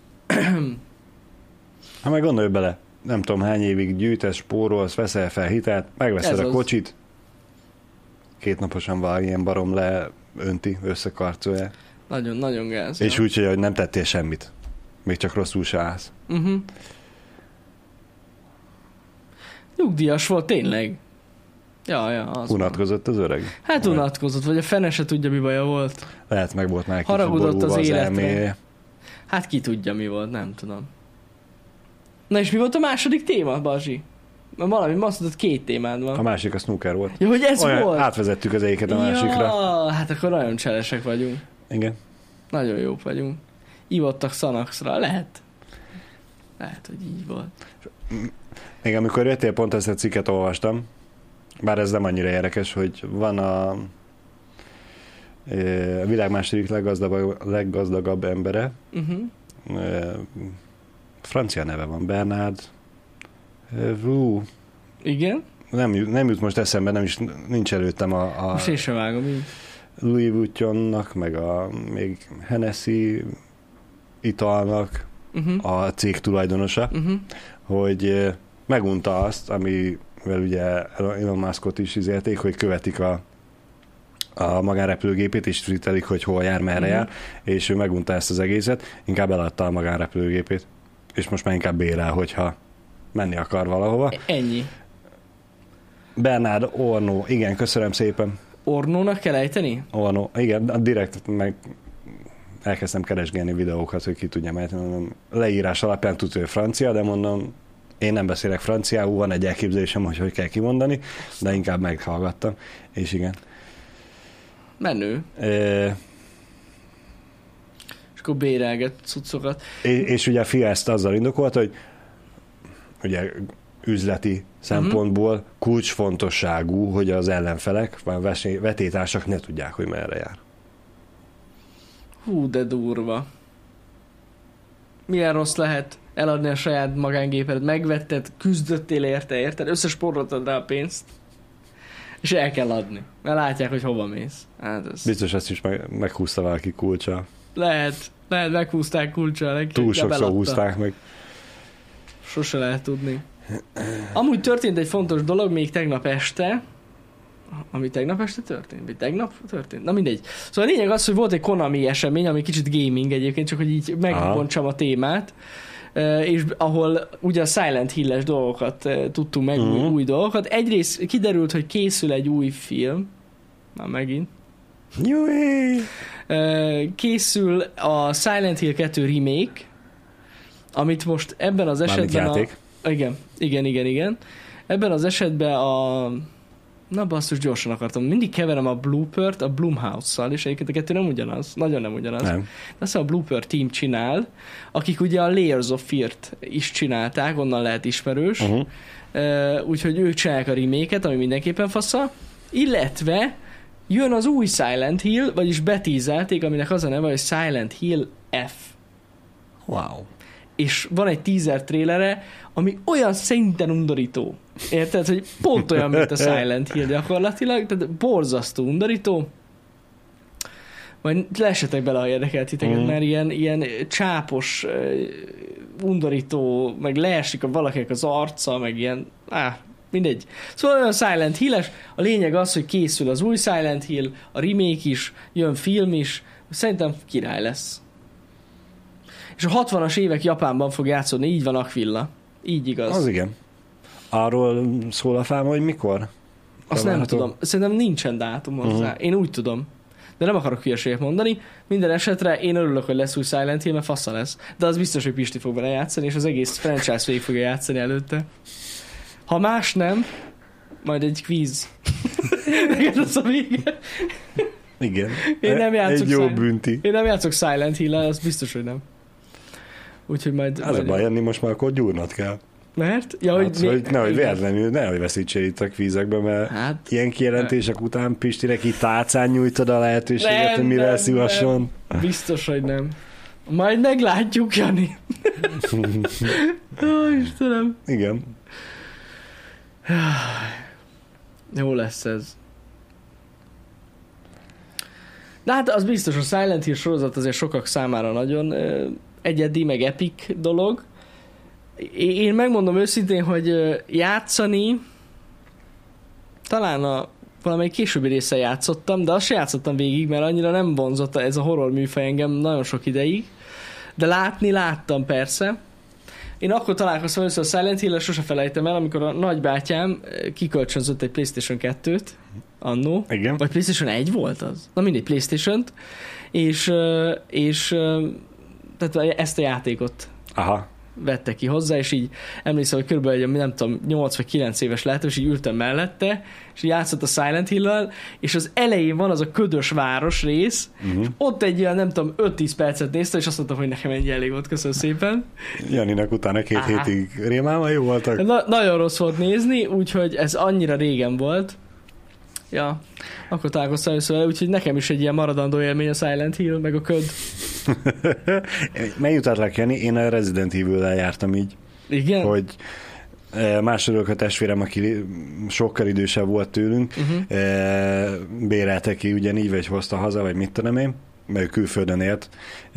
[SPEAKER 2] Ha meg gondolj bele, nem tudom hány évig gyűjtesz, spórolsz, veszel fel hitelt, megveszed
[SPEAKER 1] Ez
[SPEAKER 2] a
[SPEAKER 1] az.
[SPEAKER 2] kocsit, két naposan valamilyen barom le önti, összekarcolja.
[SPEAKER 1] Nagyon, nagyon gáz.
[SPEAKER 2] És úgy, hogy nem tettél semmit. Még csak rosszul se állsz.
[SPEAKER 1] Uh-huh. Nyugdíjas volt, tényleg. Ja, ja, az
[SPEAKER 2] Unatkozott az öreg?
[SPEAKER 1] Hát unatkozott, vagy a fene se tudja, mi baja volt.
[SPEAKER 2] Lehet meg volt már
[SPEAKER 1] haragudott az, az életre.
[SPEAKER 2] Elméje.
[SPEAKER 1] Hát ki tudja, mi volt, nem tudom. Na és mi volt a második téma, Bazsi? Mert valami, azt mondod, két témád van.
[SPEAKER 2] A másik a snooker volt.
[SPEAKER 1] Ja, hogy ez
[SPEAKER 2] olyan,
[SPEAKER 1] volt?
[SPEAKER 2] Átvezettük az egyiket a másikra.
[SPEAKER 1] Ja, hát akkor nagyon cselesek vagyunk.
[SPEAKER 2] Igen.
[SPEAKER 1] Nagyon jók vagyunk. Ivottak Xanaxra, lehet. Lehet, hogy így volt.
[SPEAKER 2] Még amikor jöttél, pont ezt a cikket olvastam, bár ez nem annyira érdekes, hogy van a, a világ második leggazdagabb, leggazdagabb embere, uh-huh. francia neve van, Bernard Rú.
[SPEAKER 1] Igen?
[SPEAKER 2] Nem, nem jut most eszembe, nem is, nincs előttem a, a
[SPEAKER 1] most én sem vágom így.
[SPEAKER 2] Louis Vuittonnak, meg a még Hennessy italnak uh-huh. a cég tulajdonosa, uh-huh. hogy megunta azt, amivel ugye Elon Muskot is izélték, hogy követik a, a magánrepülőgépét, és tweetelik, hogy hol jár, merre uh-huh. jár, és ő megunta ezt az egészet, inkább eladta a magánrepülőgépét, és most már inkább bérel, hogyha menni akar valahova.
[SPEAKER 1] Ennyi.
[SPEAKER 2] Bernard Arnault, igen, köszönöm szépen.
[SPEAKER 1] Arnault-nak kell ejteni?
[SPEAKER 2] Arnault, igen, direkt meg elkezdtem keresgélni videókat, hogy ki tudjam ejteni. Leírás alapján tudja, hogy francia, de mondom, én nem beszélek franciául, van egy elképzelésem, hogy hogy kell kimondani, de inkább meghallgattam, és igen.
[SPEAKER 1] Menő.
[SPEAKER 2] E...
[SPEAKER 1] És akkor bérelget cuccokat.
[SPEAKER 2] És, és ugye a fia ezt azzal indokolta, hogy ugye üzleti szempontból uh-huh. kulcsfontosságú, hogy az ellenfelek, vagy vetétársak ne tudják, hogy merre jár.
[SPEAKER 1] Hú, de durva. Milyen rossz lehet eladni a saját magángépedet, megvetted, küzdöttél érte, érted? Összesporoltad rá a pénzt, és el kell adni. Mert látják, hogy hova mész. Hát ez...
[SPEAKER 2] Biztos ezt is meg, meghúzta valaki kulcsa.
[SPEAKER 1] Lehet, lehet meghúzták kulcsa neki.
[SPEAKER 2] Túl sokszor húzták meg.
[SPEAKER 1] Sose lehet tudni. Amúgy történt egy fontos dolog még tegnap este, ami tegnap este történt? Vagy tegnap történt? Na mindegy. Szóval a lényeg az, hogy volt egy Konami esemény, ami kicsit gaming egyébként, csak hogy így megbontsam a témát, és ahol ugye a Silent Hill-es dolgokat tudtunk meg, uh-huh. új, új dolgokat. Egyrészt kiderült, hogy készül egy új film, már megint.
[SPEAKER 2] Júj!
[SPEAKER 1] Készül a Silent Hill kettő remake, amit most ebben az esetben a... Igen, igen, igen, igen. Ebben az esetben a... Na basszus, gyorsan akartam. Mindig keverem a Bloopert a Blumhouse-szal, és egyébként a kettő nem ugyanaz. Nagyon nem ugyanaz.
[SPEAKER 2] Nem.
[SPEAKER 1] Azt a Blooper team csinál, akik ugye a Layers of Fear-t is csinálták, onnan lehet ismerős. Uh-huh. Uh, úgyhogy ők csinálják a remake-et, ami mindenképpen fasza. Illetve jön az új Silent Hill, vagyis betízelték, aminek az a neve, hogy Silent Hill F.
[SPEAKER 2] Wow.
[SPEAKER 1] És van egy teaser trailere, ami olyan szinten undorító. Érted, hogy pont olyan, mint a Silent Hill gyakorlatilag, tehát borzasztó undorító. Majd lesetek bele, ha érdekel titeket, mm. mert ilyen, ilyen csápos, undorító, meg leesik a valakinek az arca, meg ilyen, áh, mindegy. Szóval olyan Silent Hill-es, a lényeg az, hogy készül az új Silent Hill, a remake is, jön film is, szerintem király lesz. És a hatvanas évek Japánban fog játszódni, így van Aquilla. Így igaz.
[SPEAKER 2] Az igen. Arról szól a fáma, hogy mikor?
[SPEAKER 1] Azt nem tudom. Szerintem nincsen dátum hozzá. Uh-huh. Én úgy tudom. De nem akarok hülyeséget mondani. Minden esetre én örülök, hogy lesz új Silent Hill, mert fassa lesz. De az biztos, hogy Pisti fog vele játszani, és az egész franchise végig fogja játszani előtte. Ha más nem, majd egy quiz. Neked az a vége.
[SPEAKER 2] Igen.
[SPEAKER 1] Én nem játszok
[SPEAKER 2] egy jó
[SPEAKER 1] Silent...
[SPEAKER 2] bünti.
[SPEAKER 1] Én nem játszok Silent Hill-el, az biztos, hogy nem. Úgyhogy majd...
[SPEAKER 2] Az majd a baj, Jenni, most már akkor gyúrnod kell.
[SPEAKER 1] Mert? Ja,
[SPEAKER 2] hát,
[SPEAKER 1] hogy, mi...
[SPEAKER 2] hogy nehogy véletlenül, nehogy veszítsél itt a kvízekbe, mert hát, ilyen kijelentések ne. után Pistinek itt tálcán nyújtod a lehetőséget, nem, hogy mivel szívasson.
[SPEAKER 1] Biztos, hogy nem. Majd meglátjuk, Jani. Ó, Istenem.
[SPEAKER 2] Igen.
[SPEAKER 1] Jó lesz ez. De hát az biztos, a Silent Hill sorozat azért sokak számára nagyon ö, egyedi, meg epic dolog. Én megmondom őszintén, hogy játszani talán a valamelyik későbbi része játszottam, de azt se játszottam végig, mert annyira nem vonzott ez a horror műfaj engem nagyon sok ideig. De látni láttam persze. Én akkor találkoztam először a Silent Hill-el, sose felejtem el, amikor a nagybátyám kikölcsönzött egy PlayStation kettőt annó.
[SPEAKER 2] Igen.
[SPEAKER 1] Vagy PlayStation egy volt az? Na mindegy, PlayStation-t. És, és tehát ezt a játékot
[SPEAKER 2] Aha.
[SPEAKER 1] vette ki hozzá, és így emlékszem, hogy körülbelül nem tudom, nyolc vagy kilenc éves lehető, és így ültem mellette, és így játszott a Silent Hill-lel, és az elején van az a ködös város rész, uh-huh. és ott egy ilyen, nem tudom, öt-tíz percet nézte, és azt mondtam, hogy nekem ennyi elég volt, köszönöm szépen.
[SPEAKER 2] Janinak utána két Aha. hétig rémálma jó voltak.
[SPEAKER 1] Na, nagyon rossz volt nézni, úgyhogy ez annyira régen volt. Ja, akkor találkoztam először vele, úgyhogy nekem is egy ilyen maradandó élmény a Silent Hill, meg a köd.
[SPEAKER 2] Megjutattlak, Jani, én a Resident Evil-lel jártam így.
[SPEAKER 1] Igen?
[SPEAKER 2] Hogy másodok a testvérem, aki sokkal idősebb volt tőlünk, uh-huh. bérelte ki ugyanígy, vagy hozta haza, vagy mit tudom én, mert külföldön élt,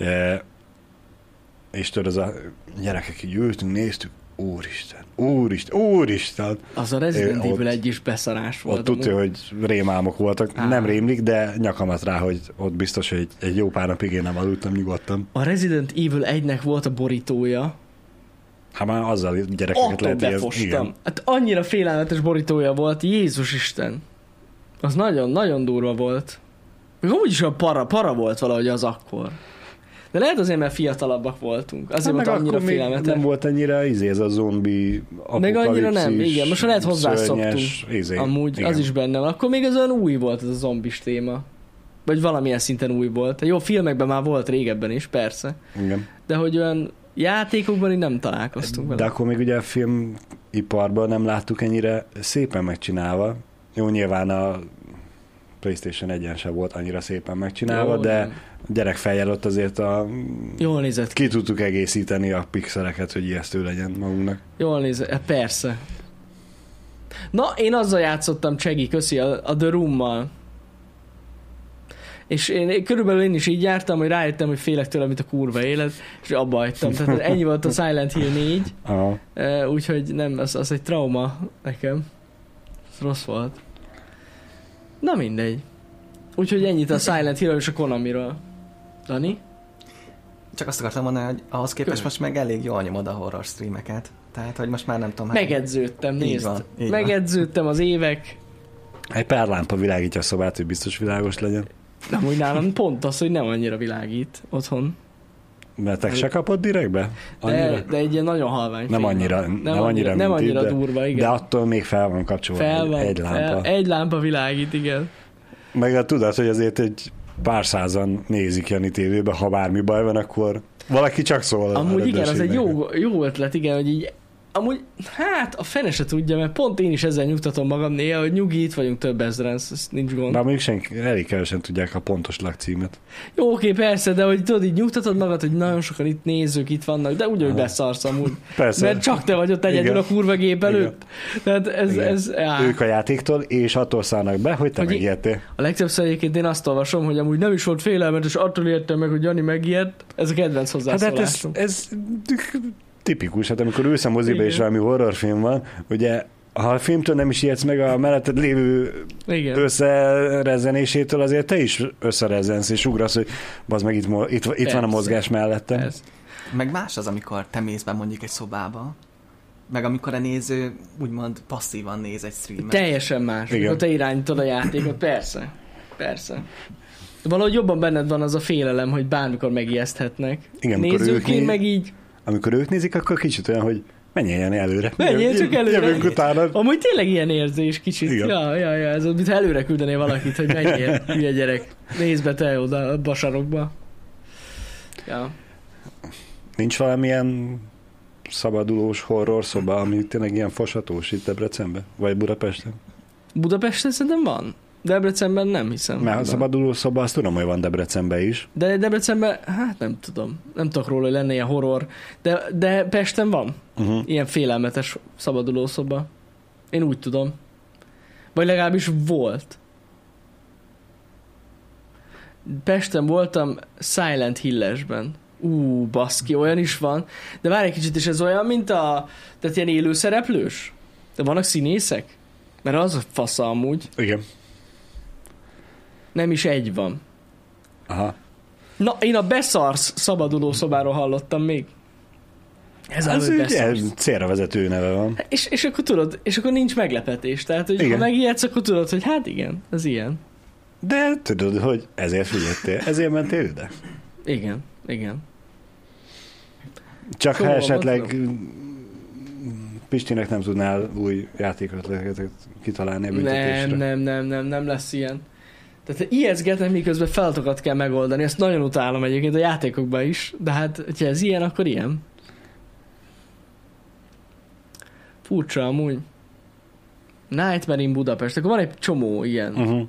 [SPEAKER 2] és tudod, az a gyerekek így ültünk, néztük, Úristen, úristen, úristen.
[SPEAKER 1] Az a Resident Evil egy is beszarás volt.
[SPEAKER 2] Ott tudja, hogy rémálmok voltak. Á. Nem rémlik, de nyakamat rá, hogy ott biztos, hogy egy jó pár napig én nem aludtam nyugodtan.
[SPEAKER 1] A Resident Evil egynek volt a borítója.
[SPEAKER 2] Hát már azzal gyerekeket lehet
[SPEAKER 1] befostam. Hát annyira félelmetes borítója volt, Jézus Isten. Az nagyon-nagyon durva volt. Még amúgy is olyan para, para volt valahogy az akkor. De lehet azért, mert fiatalabbak voltunk. Azért
[SPEAKER 2] hát
[SPEAKER 1] volt annyira félelmetes.
[SPEAKER 2] Nem volt annyira izé, ez a zombi apokalipszis.
[SPEAKER 1] Meg annyira nem, igen. Most lehet hozzászoktunk.
[SPEAKER 2] Izé,
[SPEAKER 1] amúgy
[SPEAKER 2] igen.
[SPEAKER 1] Az is benne van. Akkor még az olyan új volt ez a zombis téma. Vagy valamilyen szinten új volt. Jó, filmekben már volt régebben is, persze.
[SPEAKER 2] Igen.
[SPEAKER 1] De hogy olyan játékokban így nem találkoztunk vele.
[SPEAKER 2] De akkor még ugye a filmiparban nem láttuk ennyire szépen megcsinálva. Jó, nyilván a PlayStation egyen sem volt annyira szépen megcsinálva, jó, de nem. Gyerek fejjel ott azért a...
[SPEAKER 1] Jól nézett
[SPEAKER 2] ki. tudtuk egészíteni a pixeleket, hogy ijesztő legyen magunknak.
[SPEAKER 1] Jól nézett, persze. Na, én azzal játszottam, Csegi, köszi, a, a The Room-mal. És én, körülbelül én is így jártam, hogy rájöttem, hogy félek tőle, mint a kurva élet, és abba hagytam. Tehát ennyi volt a Silent Hill négy, uh, úgyhogy nem, az, az egy trauma nekem. Ez rossz volt. Na mindegy. Úgyhogy ennyit a Silent Hill és a Konamiról. Dani?
[SPEAKER 3] Csak azt akartam mondani, hogy ahhoz képest Köszön. most meg elég jól nyomod a horror streameket. Tehát, hogy most már nem tudom...
[SPEAKER 1] Megedződtem,
[SPEAKER 3] hát...
[SPEAKER 1] nézd.
[SPEAKER 3] Van,
[SPEAKER 1] Megedződtem az évek.
[SPEAKER 2] Egy pár lámpa világítja a szobát, hogy biztos világos legyen.
[SPEAKER 1] Nem, úgy nálam pont az, hogy nem annyira világít otthon.
[SPEAKER 2] Mert te se kapod direktbe?
[SPEAKER 1] De, de egy ilyen nagyon halvány
[SPEAKER 2] Nem annyira, nem,
[SPEAKER 1] nem
[SPEAKER 2] annyira,
[SPEAKER 1] nem
[SPEAKER 2] mint
[SPEAKER 1] annyira
[SPEAKER 2] itt,
[SPEAKER 1] durva, igen.
[SPEAKER 2] De attól még fel van kapcsolva
[SPEAKER 1] fel van,
[SPEAKER 2] egy lámpa.
[SPEAKER 1] Fel, egy lámpa világít, igen.
[SPEAKER 2] Meg a tudod, hogy azért egy pár százan nézik Jani tévébe, ha bármi baj van, akkor valaki csak szól.
[SPEAKER 1] Amúgy igen, az egy jó, jó ötlet, igen, hogy így amúgy, hát a fene se tudja, mert pont én is ezzel nyugtatom magam néha, hogy nyugi, itt vagyunk több ezeren, ez nincs gond.
[SPEAKER 2] Bár mondjuk senki, elég kevesen tudják a pontos lakcímet.
[SPEAKER 1] Jó, oké, persze, de hogy tudod, így nyugtatod magad, hogy nagyon sokan itt nézők itt vannak, de úgy, hogy beszarsz amúgy. Persze. Mert csak te vagy ott egyedül a kurva gép előtt. Tehát ez, ez, já.
[SPEAKER 2] Ők a játéktól, és attól szállnak be, hogy te hogy megijedtél.
[SPEAKER 1] A legtöbbször egyébként én azt olvasom, hogy amúgy nem is volt félelmetes, attól értem meg, hogy Jani megijedt. Ez a kedvenc hozzászólásom.
[SPEAKER 2] Hát ez, ez tipikus, hát amikor ülsz a moziba és valami horrorfilm van, ugye ha a filmtől nem is ijedsz meg a melletted lévő igen. összerezzenésétől, azért te is összerezzensz és ugrasz, hogy bazd meg itt, itt, itt van a mozgás mellette. Persze.
[SPEAKER 3] Meg más az, amikor te mész be mondjuk egy szobába, meg amikor a néző úgymond passzívan néz egy streamet.
[SPEAKER 1] Teljesen más. Igen. Amikor te irányítod a játékot, persze. Persze. Valahogy jobban benned van az a félelem, hogy bármikor megijeszthetnek.
[SPEAKER 2] Igen,
[SPEAKER 1] nézőként meg így
[SPEAKER 2] amikor ők nézik, akkor kicsit olyan, hogy menjen előre.
[SPEAKER 1] Menjen csak előre.
[SPEAKER 2] Jövünk utána.
[SPEAKER 1] Amúgy tényleg ilyen érzés kicsit. Igen. Ja, ja, ja, ez mintha előre küldené valakit, hogy menjél, hülye gyerek. Nézd be te oda a basarokba. Ja.
[SPEAKER 2] Nincs valamilyen szabadulós horror szoba, ami tényleg ilyen foshatós itt Debrecenben? Vagy Budapesten?
[SPEAKER 1] Budapesten szerintem van. Debrecenben nem hiszem.
[SPEAKER 2] Mert a szabaduló szoba, azt tudom, hogy van Debrecenben is.
[SPEAKER 1] De Debrecenben, hát nem tudom. Nem tudok róla, hogy lenne ilyen horror. De, de Pesten van. Uh-huh. Ilyen félelmetes szabaduló szoba. Én úgy tudom. Vagy legalábbis volt. Pesten voltam Silent Hill-esben. Ú, baszki, olyan is van. De várj egy kicsit, és ez olyan, mint a... Tehát ilyen élőszereplős? De vannak színészek? Mert az a fasza amúgy.
[SPEAKER 2] Igen.
[SPEAKER 1] Nem is egy van.
[SPEAKER 2] Aha.
[SPEAKER 1] Na, én a beszarsz szabaduló szobáról hallottam még. Ez
[SPEAKER 2] Ez
[SPEAKER 1] a
[SPEAKER 2] ugye célra vezető neve van.
[SPEAKER 1] És, és akkor tudod, és akkor nincs meglepetés. Tehát, hogy
[SPEAKER 2] Igen.
[SPEAKER 1] ha megijedsz, akkor tudod, hogy hát igen, ez ilyen.
[SPEAKER 2] De tudod, hogy ezért figyeltél, ezért mentél ide.
[SPEAKER 1] Igen, igen.
[SPEAKER 2] Csak
[SPEAKER 1] Szóval
[SPEAKER 2] ha esetleg
[SPEAKER 1] mondom.
[SPEAKER 2] Pistinek nem tudnál új játékot kitalálni a büntetésre.
[SPEAKER 1] Nem, nem, nem, nem, nem lesz ilyen. Tehát ijeszgetnek, miközben feladatokat kell megoldani. Ezt nagyon utálom egyébként a játékokban is, de hát, hogyha ez ilyen, akkor ilyen. Furcsa amúgy. Nightmare in Budapest, akkor van egy csomó ilyen.
[SPEAKER 2] Uh-huh.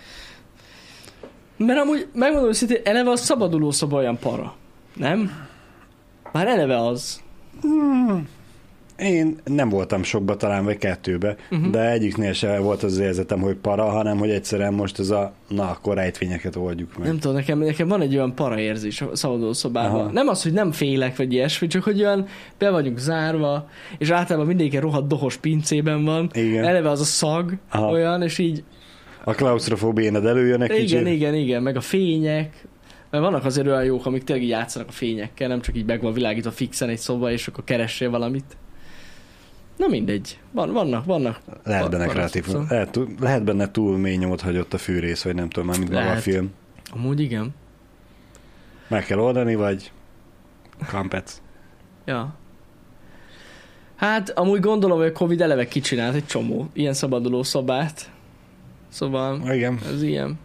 [SPEAKER 1] Mert amúgy, megmondom őszintén, eleve a szabaduló szoba olyan para. Nem? Már eleve az.
[SPEAKER 2] Hmm. Én nem voltam sokba, talán vagy kettőbe, uh-huh. de egyiknél se volt az, az érzetem, hogy para, hanem hogy egyszerűen most ez a, na akkor rejtvényeket oldjuk meg.
[SPEAKER 1] Nem tudom, nekem, nekem van egy olyan para érzés a szabaduló szobában.
[SPEAKER 2] Aha.
[SPEAKER 1] Nem az, hogy nem félek, vagy ilyesmi, csak hogy olyan be vagyunk zárva, és általában mindenki rohadt dohos pincében van.
[SPEAKER 2] Igen.
[SPEAKER 1] Eleve az a szag
[SPEAKER 2] Aha.
[SPEAKER 1] olyan, és így...
[SPEAKER 2] A klaustrofóbiánad előjön egy kicsit.
[SPEAKER 1] Igen, igen, igen, meg a fények. Mert vannak azért olyan jók, amik tényleg így játszanak a fényekkel, nem csak így meg van világítva fixen egy szoba, és akkor keressél valamit. Na mindegy. Van, vannak, vannak.
[SPEAKER 2] Lehet benne
[SPEAKER 1] van
[SPEAKER 2] kreatív.
[SPEAKER 1] az,
[SPEAKER 2] Lehet, lehet benne túl mély nyomot hagyott a fűrész, vagy nem tudom már, mint maga a
[SPEAKER 1] Lehet.
[SPEAKER 2] film.
[SPEAKER 1] Amúgy igen.
[SPEAKER 2] Meg kell oldani, vagy kampec.
[SPEAKER 1] Ja. Hát amúgy gondolom, hogy a Covid eleve kicsinált egy csomó ilyen szabaduló szobát. Szóval
[SPEAKER 2] Igen.
[SPEAKER 1] ez ilyen.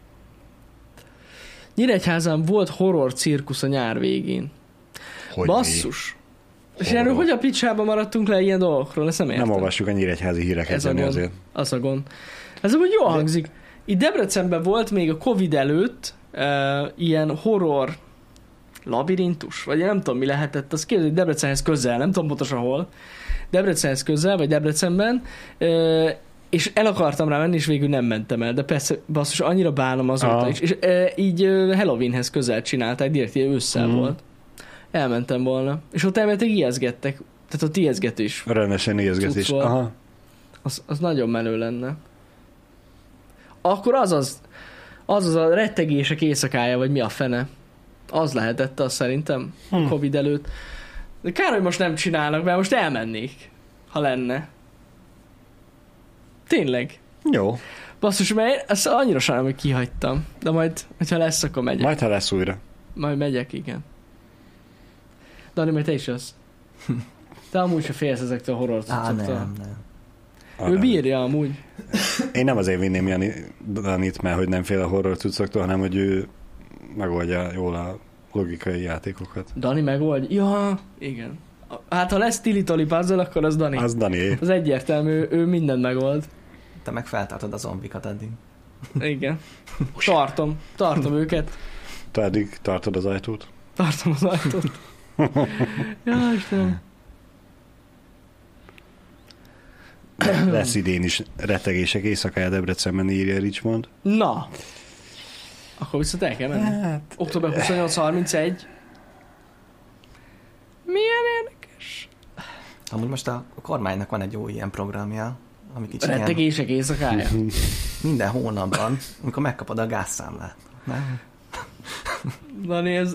[SPEAKER 1] Nyíregyházán volt horror cirkusz a nyár végén.
[SPEAKER 2] Hogy
[SPEAKER 1] Basszus. És
[SPEAKER 2] Horror.
[SPEAKER 1] erről hogy a picsában maradtunk le ilyen dolgokról? Ezt nem értem.
[SPEAKER 2] Nem olvassuk a nyíregyházi híreket,
[SPEAKER 1] Ez a
[SPEAKER 2] Zeni,
[SPEAKER 1] gond.
[SPEAKER 2] azért.
[SPEAKER 1] Az a gond. Ez amúgy jól hangzik. Itt Debrecenben volt még a Covid előtt uh, ilyen horror labirintus, vagy én nem tudom mi lehetett, az képzeld, Debrecenhez közel, nem tudom pontosan hol. Debrecenhez közel, vagy Debrecenben, uh, és el akartam rá menni, és végül nem mentem el, de persze basszus, annyira bánom azóta
[SPEAKER 2] Aha.
[SPEAKER 1] is. És uh, így uh, Halloweenhez közel csinálták, direkt ilyen ősszel
[SPEAKER 2] Mhm.
[SPEAKER 1] volt. Elmentem volna. És ott elméletileg ijeszgettek. Tehát ott ijeszgetés.
[SPEAKER 2] Rendesen nézgetés.
[SPEAKER 1] Cucc volt.
[SPEAKER 2] Aha.
[SPEAKER 1] Az, az nagyon menő lenne. Akkor az az, az az a rettegések éjszakája, vagy mi a fene. Az lehetett az szerintem,
[SPEAKER 2] Hm.
[SPEAKER 1] Covid előtt. De kár, hogy most nem csinálnak, mert most elmennék, ha lenne. Tényleg.
[SPEAKER 2] Jó.
[SPEAKER 1] Basszus, mert én ezt annyira sajnálom, hogy kihagytam. De majd, hogyha lesz, akkor megyek.
[SPEAKER 2] Majd, ha lesz újra.
[SPEAKER 1] Majd megyek, igen. Dani, majd te is az. Te amúgy se félsz ezektől a horror
[SPEAKER 3] Á,
[SPEAKER 1] cuccoktól.
[SPEAKER 3] nem, nem.
[SPEAKER 1] Ő bírja amúgy.
[SPEAKER 2] Én nem azért vinném Jani, Danit, mert hogy nem fél a horror cuccoktól, hanem hogy ő megoldja jól a logikai játékokat.
[SPEAKER 1] Dani megold? Ja, igen. Hát ha lesz tili-toli puzzle, akkor az Dani. Az,
[SPEAKER 2] Az Dani.
[SPEAKER 1] az egyértelmű, ő, ő mindent megold.
[SPEAKER 3] Te meg feltartod a zombikat addig.
[SPEAKER 1] Igen. Tartom, tartom őket.
[SPEAKER 2] Te eddig tartod az ajtót?
[SPEAKER 1] Tartom az ajtót. Ja, Istenem.
[SPEAKER 2] Lesz idén is rettegések éjszakája Debrecenben, írja Richmond.
[SPEAKER 1] Na. Akkor viszont el kell menni.
[SPEAKER 2] Hát,
[SPEAKER 1] október huszonnyolc harmincegy. Milyen érdekes.
[SPEAKER 3] Amúgy most a kormánynak van egy jó ilyen programja, ami kicsit ilyen
[SPEAKER 1] Rettegések éjszakája.
[SPEAKER 3] minden hónapban, amikor megkapod a gázszámlát. Nem?
[SPEAKER 1] Dani, ez...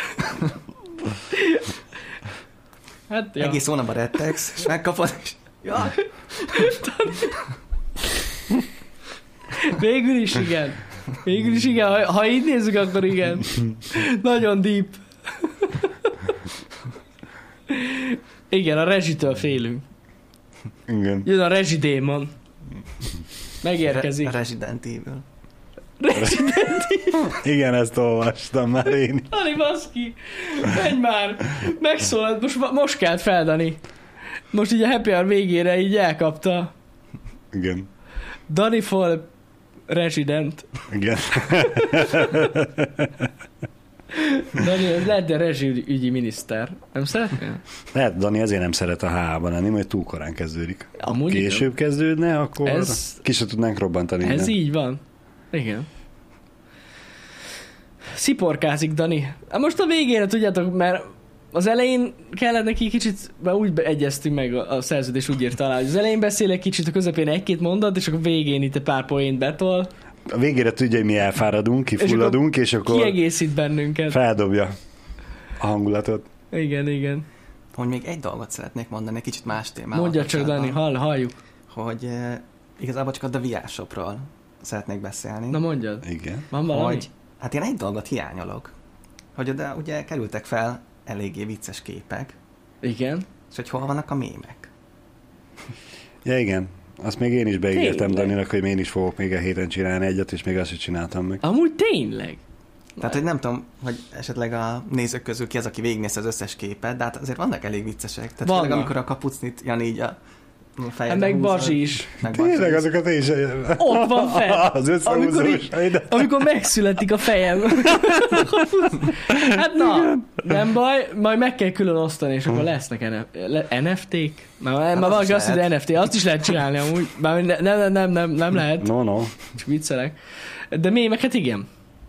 [SPEAKER 1] Hát, ja.
[SPEAKER 3] Egész hónapban rettegsz, és megkapod, és... Ja,
[SPEAKER 1] Végül is igen. Végül is igen. Ha, ha így nézzük, akkor igen. Nagyon deep. Igen, a rezsitől félünk.
[SPEAKER 2] igen.
[SPEAKER 1] Jön a rezsidémon. Megérkezik.
[SPEAKER 3] Re- Resident Evil.
[SPEAKER 2] Igen, ezt olvastam már én.
[SPEAKER 1] Dani, baszki! Menj már! Megszólalt, most, most kelt fel, Dani. Most így a Happy Hour végére így elkapta.
[SPEAKER 2] Igen.
[SPEAKER 1] Dani for Resident.
[SPEAKER 2] Igen.
[SPEAKER 1] Dani, ez lehet, de rezsiügyi miniszter. Nem szeretnél?
[SPEAKER 2] Lehet, Dani azért nem szeret a há á-ban lenni, majd túl korán kezdődik.
[SPEAKER 1] Amúgy
[SPEAKER 2] Később kezdődne, akkor
[SPEAKER 1] Ez-
[SPEAKER 2] ki se tudnánk robbantani.
[SPEAKER 1] igen. Ez
[SPEAKER 2] innen.
[SPEAKER 1] így van. Igen. Sziporkázik, Dani. Hát most a végére, tudjátok, mert az elején kellett neki kicsit, mert úgy egyeztünk meg a, a szerződés, úgy írta alá, hogy az elején beszélek kicsit, a közepén egy-két mondat, és akkor végén itt egy pár poént betol.
[SPEAKER 2] a végére tudja, hogy mi elfáradunk, kifulladunk, és akkor, és akkor
[SPEAKER 1] kiegészít bennünket.
[SPEAKER 2] Feldobja a hangulatot.
[SPEAKER 1] Igen, igen.
[SPEAKER 3] Hogy még egy dolgot szeretnék mondani, egy kicsit más témával.
[SPEAKER 1] Mondja csak, Dani, hall, halljuk.
[SPEAKER 3] Hogy eh, igazából csak a The vé er Shopról szeretnék beszélni.
[SPEAKER 1] Na mondjad.
[SPEAKER 2] Igen.
[SPEAKER 1] Van valami?
[SPEAKER 3] Hogy, hát én egy dolgot hiányolok. Hogy oda ugye kerültek fel eléggé vicces képek.
[SPEAKER 1] Igen.
[SPEAKER 3] És hogy hol vannak a mémek.
[SPEAKER 2] Ja, igen. Azt még én is beígértem
[SPEAKER 1] Tényleg?
[SPEAKER 2] Daninak, hogy én is fogok még a héten csinálni egyet, és még azt is csináltam meg.
[SPEAKER 1] Amúgy tényleg.
[SPEAKER 3] Tehát, hogy nem tudom, hogy esetleg a nézők közül ki az, aki végignézte az összes képet, de hát azért vannak elég viccesek. Tehát
[SPEAKER 1] Vannak.
[SPEAKER 3] tényleg, amikor a kapucnit Jani így a fejedre
[SPEAKER 1] Hát meg
[SPEAKER 3] húzod,
[SPEAKER 1] Bazsi is.
[SPEAKER 3] Meg Bazsi
[SPEAKER 2] Tényleg,
[SPEAKER 3] is.
[SPEAKER 2] azokat én is...
[SPEAKER 1] Ott van fel.
[SPEAKER 2] Az
[SPEAKER 1] Amikor,
[SPEAKER 2] összehúzós.
[SPEAKER 1] így, amikor megszületik a fejem. Hát na, nem baj, majd meg kell külön osztani, és akkor lesznek en ef té-k. Már, már
[SPEAKER 3] az
[SPEAKER 1] valaki
[SPEAKER 3] is
[SPEAKER 1] azt mondja,
[SPEAKER 3] lehet.
[SPEAKER 1] en ef té, azt is lehet csinálni amúgy. Már nem, nem, nem, nem, nem lehet.
[SPEAKER 2] No, no.
[SPEAKER 1] Csak viccelek. De mémeket igen.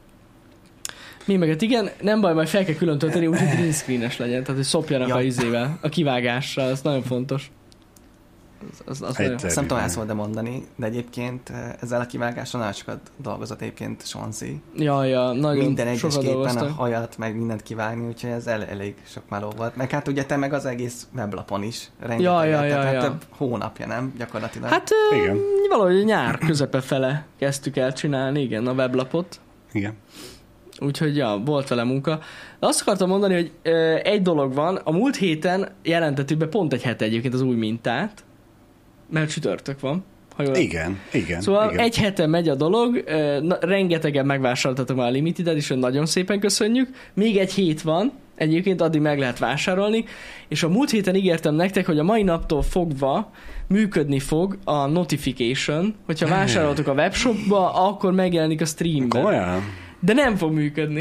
[SPEAKER 1] Mémeket igen, nem baj, majd fel kell külön tölteni, úgyhogy green screen-es legyen, tehát hogy szopjanak
[SPEAKER 3] Ja.
[SPEAKER 1] a izével, a kivágással, ez nagyon fontos. Az, az, az nagyon...
[SPEAKER 2] Egyszer.
[SPEAKER 3] Azt nem tudom, el szabad-e mondani, de egyébként ezzel a kivágással nagyon sokat dolgozott egyébként Sonzi.
[SPEAKER 1] Ja, ja, nagyon
[SPEAKER 3] Minden egyes
[SPEAKER 1] sokat
[SPEAKER 3] képen a
[SPEAKER 1] dolgoztak.
[SPEAKER 3] hajat, meg mindent kivágni, úgyhogy ez el, elég sok meló volt. Meg hát ugye te meg az egész weblapon is. Rengeteg,
[SPEAKER 1] Ja, ja, ja,
[SPEAKER 3] tehát
[SPEAKER 1] ja.
[SPEAKER 3] több hónapja, nem? Gyakorlatilag.
[SPEAKER 1] Hát
[SPEAKER 2] Igen.
[SPEAKER 1] ö, valahogy nyár közepe fele kezdtük el csinálni, igen, a weblapot.
[SPEAKER 2] Igen.
[SPEAKER 1] Úgyhogy ja, volt vele munka. De azt akartam mondani, hogy ö, egy dolog van, a múlt héten jelentettük be pont egy hete egyébként az új mintát, mert csütörtök van. Ha jól...
[SPEAKER 2] Igen, igen.
[SPEAKER 1] Szóval
[SPEAKER 2] igen.
[SPEAKER 1] egy hete megy a dolog, ö, na, rengetegen megvásároltatok már a Limited Edition, nagyon szépen köszönjük. Még egy hét van, egyébként addig meg lehet vásárolni, és a múlt héten ígértem nektek, hogy a mai naptól fogva működni fog a notification, hogyha vásároltok a webshopba, akkor megjelenik a streamben.
[SPEAKER 2] Komolyan?
[SPEAKER 1] De nem fog működni.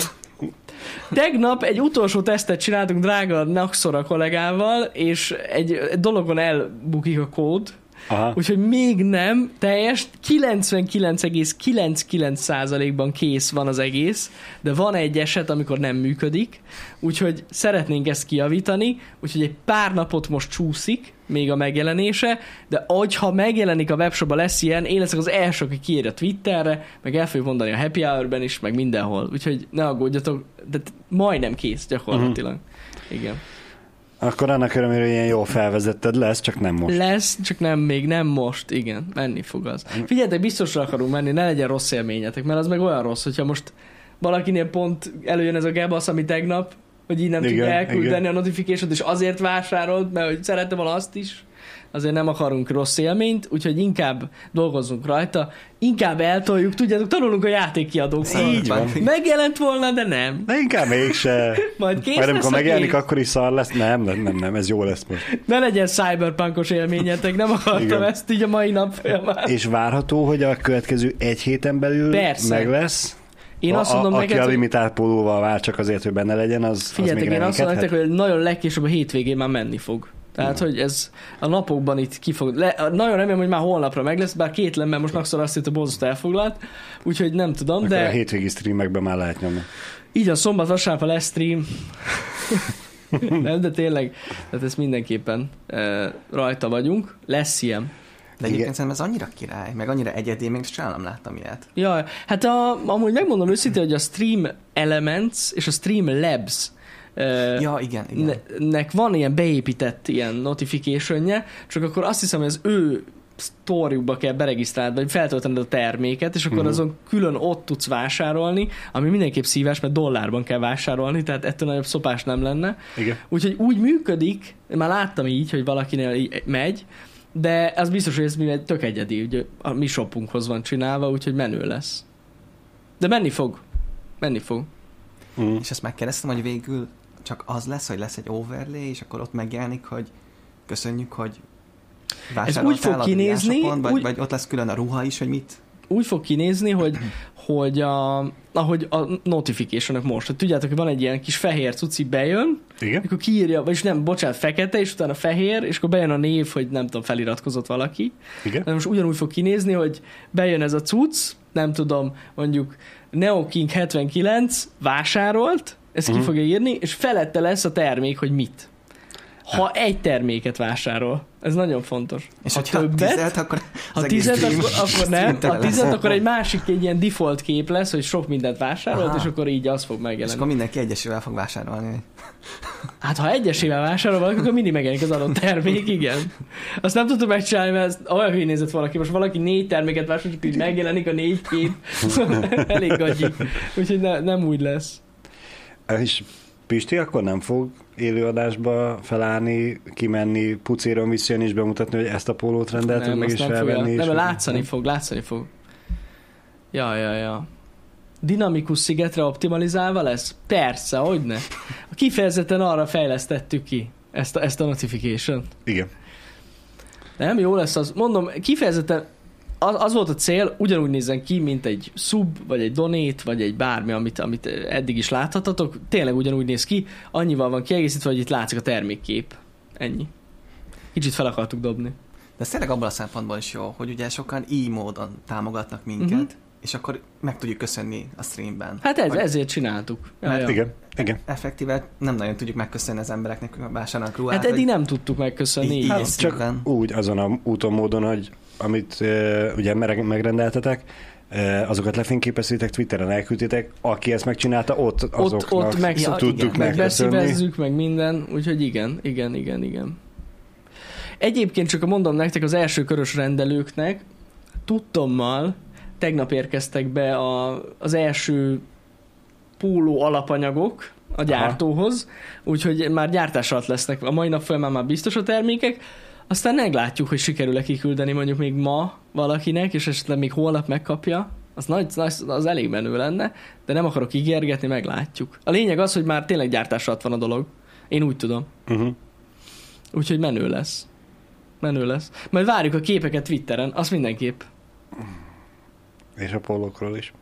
[SPEAKER 1] Tegnap egy utolsó tesztet csináltunk drága Naxora kollégával, és egy dologon elbukik a kód,
[SPEAKER 2] Aha.
[SPEAKER 1] úgyhogy még nem teljes, kilencvenkilenc egész kilencvenkilenc százalékban kész van az egész, de van egy eset, amikor nem működik, úgyhogy szeretnénk ezt kijavítani, úgyhogy egy pár napot most csúszik még a megjelenése, de hogyha megjelenik a webshopban lesz ilyen, én leszek az első, aki kiír a Twitterre, meg el fogjuk mondani a Happy Hour-ben is, meg mindenhol, úgyhogy ne aggódjatok, de t- majdnem kész gyakorlatilag. Uh-huh. Igen.
[SPEAKER 2] Akkor annak örömére, hogy ilyen jól felvezetted lesz, csak nem most.
[SPEAKER 1] Lesz, csak nem még, nem most, igen, menni fog az. Figyeljetek, biztosra akarunk menni, ne legyen rossz élményetek, mert az meg olyan rossz, hogyha most valakinél pont előjön ez a gebasz, ami tegnap, hogy így nem
[SPEAKER 2] Igen,
[SPEAKER 1] tudja elküldeni
[SPEAKER 2] igen.
[SPEAKER 1] a notification-t, és azért vásárolt, mert hogy szerette volna azt is, azért nem akarunk rossz élményt, úgyhogy inkább dolgozzunk rajta, inkább eltoljuk, tudjátok, tanulunk a játékkiadóktól.
[SPEAKER 2] Így van.
[SPEAKER 1] Megjelent volna, de nem.
[SPEAKER 2] De inkább mégse.
[SPEAKER 1] Majd kész
[SPEAKER 2] Majd
[SPEAKER 1] lesz
[SPEAKER 2] amikor
[SPEAKER 1] a
[SPEAKER 2] megjelenik,
[SPEAKER 1] kész.
[SPEAKER 2] akkor is szar lesz. Nem, nem, nem, nem, ez jó lesz most.
[SPEAKER 1] Ne legyen cyberpunkos élményetek, nem akartam
[SPEAKER 2] Igen.
[SPEAKER 1] ezt így a mai nap folyamán.
[SPEAKER 2] És várható, hogy a következő egy héten belül
[SPEAKER 1] Persze.
[SPEAKER 2] meg lesz.
[SPEAKER 1] Én azt mondom
[SPEAKER 2] a,
[SPEAKER 1] neked,
[SPEAKER 2] aki a
[SPEAKER 1] hogy-
[SPEAKER 2] limitált pólóval vár csak azért, hogy benne legyen, az, az
[SPEAKER 1] Figyeljetek,
[SPEAKER 2] még
[SPEAKER 1] én azt mondom
[SPEAKER 2] reménykedhet.
[SPEAKER 1] nektek, hogy nagyon legkésőbb a hétvégén már menni fog. Tehát, hogy ez a napokban itt ki fog... Le, nagyon remélem, hogy már holnapra meg lesz, bár kétlem, mert most Naxor azt hitt, a borzasztó elfoglalt, úgyhogy nem tudom,
[SPEAKER 2] Akkor
[SPEAKER 1] de
[SPEAKER 2] a hétvégi streamekben már lehet nyomni.
[SPEAKER 1] így a szombat, vasárnap lesz stream. Nem, de tényleg, tehát ez mindenképpen e, rajta vagyunk. Lesz ilyen.
[SPEAKER 3] De egyébként szerintem ez annyira király, meg annyira egyedi, még soha nem láttam ilyet.
[SPEAKER 1] Ja, hát a, amúgy megmondom őszintén, hogy a Stream Elements és a Stream Labs Uh,
[SPEAKER 3] Ja, igen, igen.
[SPEAKER 1] Ne, nek van ilyen beépített ilyen notification-je, csak akkor azt hiszem, hogy az ő sztoriukba kell beregisztrálni, vagy feltöltened a terméket, és akkor
[SPEAKER 2] Mhm.
[SPEAKER 1] azon külön ott tudsz vásárolni, ami mindenképp szíves, mert dollárban kell vásárolni, tehát ettől nagyobb szopás nem lenne.
[SPEAKER 2] Igen.
[SPEAKER 1] Úgyhogy úgy működik, már láttam így, hogy valakinél így megy, de az biztos, hogy ez mi tök egyedi, ugye a mi shopunkhoz van csinálva, úgyhogy menő lesz. De menni fog. Menni fog.
[SPEAKER 2] Mm.
[SPEAKER 3] És ezt megkérdeztem, hogy végül csak az lesz, hogy lesz egy overlay, és akkor ott megjelenik, hogy köszönjük, hogy vásároltál
[SPEAKER 1] fog
[SPEAKER 3] a
[SPEAKER 1] kinézni,
[SPEAKER 3] Diásokon, vagy,
[SPEAKER 1] úgy-
[SPEAKER 3] vagy ott lesz külön a ruha is, hogy mit?
[SPEAKER 1] Úgy fog kinézni, hogy, hogy a, ahogy a notification-ök most. Hogy tudjátok, hogy van egy ilyen kis fehér cuci, bejön,
[SPEAKER 2] Igen?
[SPEAKER 1] akkor kiírja, vagyis nem, bocsánat, fekete, és utána fehér, és akkor bejön a név, hogy nem tudom, feliratkozott valaki.
[SPEAKER 2] Igen?
[SPEAKER 1] De most ugyanúgy fog kinézni, hogy bejön ez a cucc, nem tudom, mondjuk Neo King hetvenkilenc vásárolt, ezt ki
[SPEAKER 2] Mhm.
[SPEAKER 1] fogja írni, és felette lesz a termék, hogy mit. ha egy terméket vásárol. Ez nagyon fontos.
[SPEAKER 3] És
[SPEAKER 1] ha
[SPEAKER 3] hogyha
[SPEAKER 1] többet,
[SPEAKER 3] tizet, akkor
[SPEAKER 1] ha tizet, akkor, akkor nem. Ha tizet,
[SPEAKER 3] lesz.
[SPEAKER 1] akkor egy másik egy ilyen default kép lesz, hogy sok mindent vásárolt, Aha. és akkor így az fog megjelenni.
[SPEAKER 3] És akkor mindenki egyesével fog vásárolni.
[SPEAKER 1] Hát ha egyesével vásárol valaki, akkor mindig megjelenik az adott termék, igen. Azt nem tudtam megcsinálni, mert ez olyan hülyén nézett valaki. Most valaki négy terméket vásárol, csak így megjelenik a négy kép. Elég gagyi. Úgyhogy ne, nem úgy lesz.
[SPEAKER 2] És Pisti akkor nem fog élőadásba felállni, kimenni, pucéron visszajönni és bemutatni, hogy ezt a pólót rendeltünk meg, és felvenni.
[SPEAKER 1] Nem, látszani nem. fog, látszani fog. Ja, ja, ja. Dinamikus szigetre optimalizálva lesz? Persze, hogyne. Kifejezetten arra fejlesztettük ki ezt a, ezt a notification.
[SPEAKER 2] Igen.
[SPEAKER 1] Nem, jó lesz az. Mondom, kifejezetten az, az volt a cél, ugyanúgy nézzen ki, mint egy sub, vagy egy donate, vagy egy bármi, amit, amit eddig is láthatatok. Tényleg ugyanúgy néz ki. Annyival van kiegészítve, hogy itt látszik a termékkép. Ennyi. Kicsit fel akartuk dobni.
[SPEAKER 3] De ez tényleg abban a szempontból is jó, hogy ugye sokan így módon támogatnak minket, uh-huh. és akkor meg tudjuk köszönni a streamben.
[SPEAKER 1] Hát ez,
[SPEAKER 3] hogy...
[SPEAKER 1] ezért csináltuk. Ja, ja.
[SPEAKER 2] Igen, igen.
[SPEAKER 3] Effektíve nem nagyon tudjuk megköszönni az embereknek, hogy vásárolnak ruhát.
[SPEAKER 1] Hát eddig
[SPEAKER 3] hogy...
[SPEAKER 1] nem tudtuk megköszönni.
[SPEAKER 3] Így, így
[SPEAKER 2] hát csak úgy azon a úton módon, hogy amit uh, ugye megrendeltetek, uh, azokat lefényképeztétek, Twitteren elküldtétek, aki ezt megcsinálta, ott azoknak
[SPEAKER 1] ott, ott meg,
[SPEAKER 2] ja, tudtuk
[SPEAKER 1] meg beszívezzük, meg minden, úgyhogy igen, igen, igen, igen. Egyébként csak mondom nektek, az első körös rendelőknek tudtommal tegnap érkeztek be a, az első póló alapanyagok a gyártóhoz, úgyhogy már gyártás alatt lesznek. A mai nap folyamán már biztos a termékek, aztán meglátjuk, hogy sikerül-e kiküldeni mondjuk még ma valakinek, és esetleg még holnap megkapja. Az, nagy, az, az elég menő lenne, de nem akarok ígérgetni, meglátjuk. A lényeg az, hogy már tényleg gyártás alatt van a dolog. Én úgy tudom. Uh-huh. Úgyhogy menő lesz. Menő lesz. Majd várjuk a képeket Twitteren, az mindenképp.
[SPEAKER 2] És a pólókról is.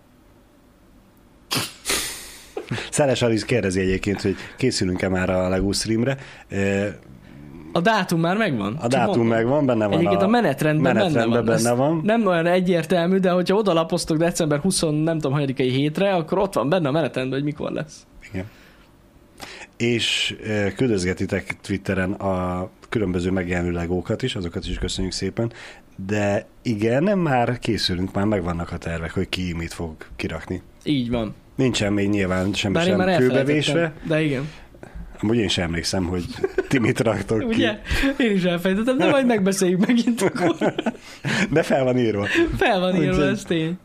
[SPEAKER 2] Szeles Alice kérdezi egyébként, hogy készülünk-e már a Lego streamre.
[SPEAKER 1] A dátum már megvan.
[SPEAKER 2] A dátum mondom. megvan, benne van.
[SPEAKER 1] Egyébként a, a menetrendben,
[SPEAKER 2] menetrendben
[SPEAKER 1] benne,
[SPEAKER 2] benne
[SPEAKER 1] van.
[SPEAKER 2] van.
[SPEAKER 1] Nem olyan egyértelmű, de hogyha oda lapoztok december huszadika, nem tudom, hanyadikai hétre, akkor ott van benne a menetrendben, hogy mikor lesz.
[SPEAKER 2] Igen. És e, küldözgetitek Twitteren a különböző megjelenő legókat is, azokat is köszönjük szépen, de igen, nem már készülünk, már megvannak a tervek, hogy ki mit fog kirakni.
[SPEAKER 1] Így van.
[SPEAKER 2] Nincsen még nyilván semmi sem kőbevésve.
[SPEAKER 1] De igen.
[SPEAKER 2] Amúgy én sem emlékszem, hogy ti mit raktok ki.
[SPEAKER 1] Ugye? Én is elfejtettem, de majd megbeszéljük megint akkor.
[SPEAKER 2] De fel van írva.
[SPEAKER 1] Fel van írva, ez tény.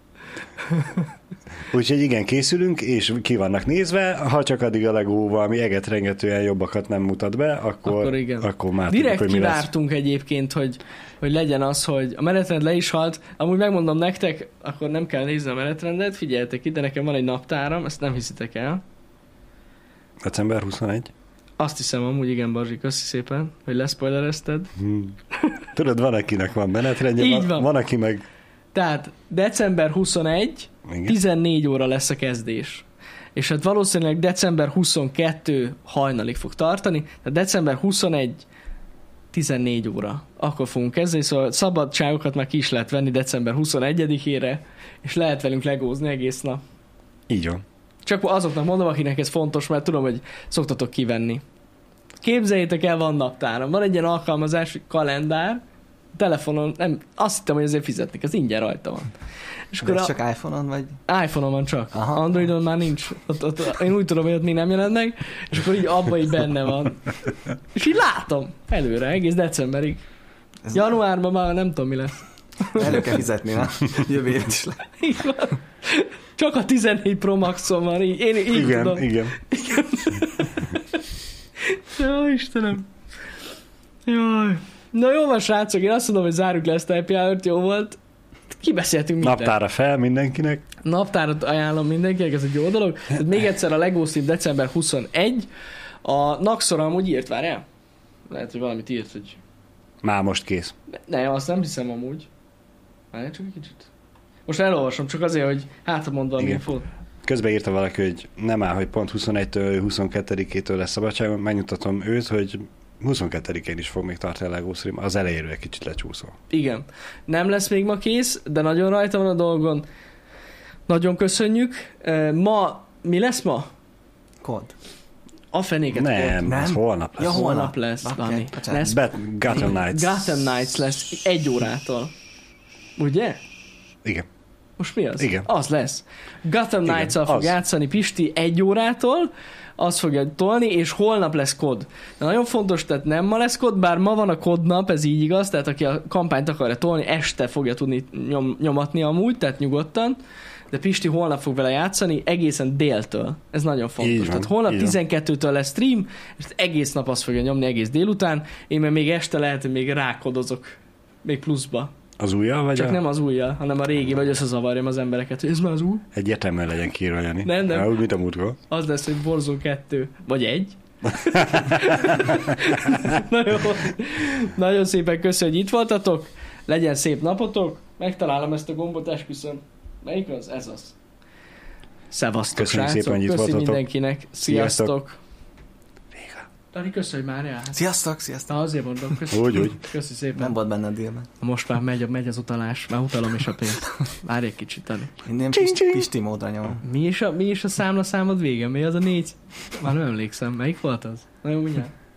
[SPEAKER 2] Úgyhogy igen, készülünk, és ki vannak nézve, ha csak addig a Lego valami eget-rengetően jobbakat nem mutat be, akkor,
[SPEAKER 1] akkor, igen.
[SPEAKER 2] akkor már
[SPEAKER 1] direkt
[SPEAKER 2] tudjuk, hogy mi
[SPEAKER 1] kivártunk lesz. Egyébként, hogy, hogy legyen az, hogy a menetrend le is halt. Amúgy megmondom nektek, akkor nem kell nézni a menetrendet, figyeljetek itt, de nekem van egy naptáram, ezt nem hiszitek el.
[SPEAKER 2] december huszonegyedike.
[SPEAKER 1] Azt hiszem amúgy, igen, Barzsi, köszi szépen, hogy leszpoilerezted.
[SPEAKER 2] Hmm. Tudod, van akinek van menetrendje,
[SPEAKER 1] Így van.
[SPEAKER 2] van, van aki meg...
[SPEAKER 1] Tehát december huszonegyedike, igen. tizennégy óra lesz a kezdés. És hát valószínűleg december huszonkettő hajnalig fog tartani, tehát december huszonegyedike, tizennégy óra. Akkor fogunk kezdeni, szóval szabadságokat már ki is lehet venni december huszonegyedikére, és lehet velünk legózni egész nap.
[SPEAKER 2] Így van.
[SPEAKER 1] Csak azoknak mondom, akinek ez fontos, mert tudom, hogy szoktatok kivenni. Képzeljétek el, van naptáram. Van egy ilyen alkalmazás, hogy kalendár, telefonon, nem, azt hittem, hogy azért fizetnek, ez ingyen rajta van.
[SPEAKER 3] És akkor a... csak iPhone-on vagy?
[SPEAKER 1] iPhone-on van csak.
[SPEAKER 3] Aha.
[SPEAKER 1] Androidon már nincs. Ott, ott, én úgy tudom, hogy ott még nem jelent meg, és akkor így abban így benne van. És így látom előre, egész decemberig. Ez januárban már nem tudom, mi lesz.
[SPEAKER 3] Elő kell fizetni, nem? Jövő év is le.
[SPEAKER 1] Így van. Csak a tizennégy Pro Max-on van, így, én így
[SPEAKER 2] igen,
[SPEAKER 1] tudom.
[SPEAKER 2] Igen,
[SPEAKER 1] igen. Jó, Istenem. Jaj. Na jó van, srácok, én azt mondom, hogy zárjuk le ezt a happy hour-t, jó volt. Kibeszéltünk mindent.
[SPEAKER 2] Naptára fel mindenkinek.
[SPEAKER 1] Naptárat ajánlom mindenkinek, ez egy jó dolog. Tehát még egyszer a Lego Stream december huszonegyedike. A Naxor amúgy írt, várjál? Lehet, hogy valamit írt, hogy...
[SPEAKER 2] Már most kész.
[SPEAKER 1] Ne, azt nem hiszem amúgy. Várjál csak egy kicsit. Most elolvasom, csak azért, hogy hát mond valami infót.
[SPEAKER 2] Közben írta valaki, hogy nem áll, hogy pont huszonegytől huszonkettedikétől lesz szabadság. Megnyugtatom őt, hogy huszonkettedikén is fog még tartani a Lego Stream. Az elejéről egy kicsit lecsúszol.
[SPEAKER 1] Igen. Nem lesz még ma kész, de nagyon rajta van a dolgon. Nagyon köszönjük. Ma, mi lesz ma?
[SPEAKER 3] Kod.
[SPEAKER 1] A fenéket.
[SPEAKER 2] Nem,
[SPEAKER 3] Nem?
[SPEAKER 2] az holnap lesz.
[SPEAKER 3] Ja,
[SPEAKER 1] Holnap
[SPEAKER 3] holnap
[SPEAKER 1] lesz,
[SPEAKER 3] Oké,
[SPEAKER 1] Dani.
[SPEAKER 3] bocsánat.
[SPEAKER 1] Lesz
[SPEAKER 2] Bet- Gotham Knights.
[SPEAKER 1] Gotham Knights lesz egy órától. Ugye?
[SPEAKER 2] Igen.
[SPEAKER 1] Most mi az?
[SPEAKER 2] Igen.
[SPEAKER 1] Az lesz. Gotham
[SPEAKER 2] Igen,
[SPEAKER 1] Knights-al fog
[SPEAKER 2] az.
[SPEAKER 1] játszani Pisti egy órától, az fogja tolni, és holnap lesz kod. De nagyon fontos, tehát nem ma lesz kod, bár ma van a kodnap, ez így igaz, tehát aki a kampányt akarja tolni, este fogja tudni nyom, nyomatni amúgy, tehát nyugodtan. De Pisti holnap fog vele játszani, egészen déltől. Ez nagyon fontos.
[SPEAKER 2] Így van,
[SPEAKER 1] Tehát holnap
[SPEAKER 2] így van.
[SPEAKER 1] tizenkettőtől lesz stream, és egész nap azt fogja nyomni egész délután. Én meg még este lehet, hogy még rákodozok. Még pluszba.
[SPEAKER 2] Az újjal, vagy
[SPEAKER 1] Csak
[SPEAKER 2] a...
[SPEAKER 1] nem az újjal, hanem a régi, vagy összezavarjam az embereket, hogy ez már az új.
[SPEAKER 2] Egyértelműen legyen kiírva, Jani.
[SPEAKER 1] Nem, nem.
[SPEAKER 2] Há, úgy, mint a múltkor.
[SPEAKER 1] Az lesz, hogy Warzone kettő, vagy egy. Nagyon, nagyon szépen köszönöm, hogy itt voltatok. Legyen szép napotok. Megtalálom ezt a gombot, esküszöm. Melyik az? Ez az. Szevasztok,
[SPEAKER 2] Köszönjük
[SPEAKER 1] srácok.
[SPEAKER 2] szépen, hogy itt
[SPEAKER 1] Köszi
[SPEAKER 2] voltatok.
[SPEAKER 1] mindenkinek. Sziasztok.
[SPEAKER 2] Sziasztok.
[SPEAKER 1] Dani, köszönj már jár.
[SPEAKER 3] Sziasztok, sziasztok.
[SPEAKER 1] Na, azért mondom, köszi.
[SPEAKER 2] Úgy, úgy.
[SPEAKER 1] Köszi szépen.
[SPEAKER 3] Nem volt benne a délben.
[SPEAKER 1] Most már megy, megy az utalás. Már utalom is a pénzt. Várj egy kicsit, Dani.
[SPEAKER 3] Én nem
[SPEAKER 2] Csing,
[SPEAKER 3] pisti,
[SPEAKER 2] csing.
[SPEAKER 3] pisti módra nyomom.
[SPEAKER 1] Mi is a, mi is a számla számod vége? Mi az a négy? Már nem emlékszem. Melyik volt az? Na jó, mindjárt.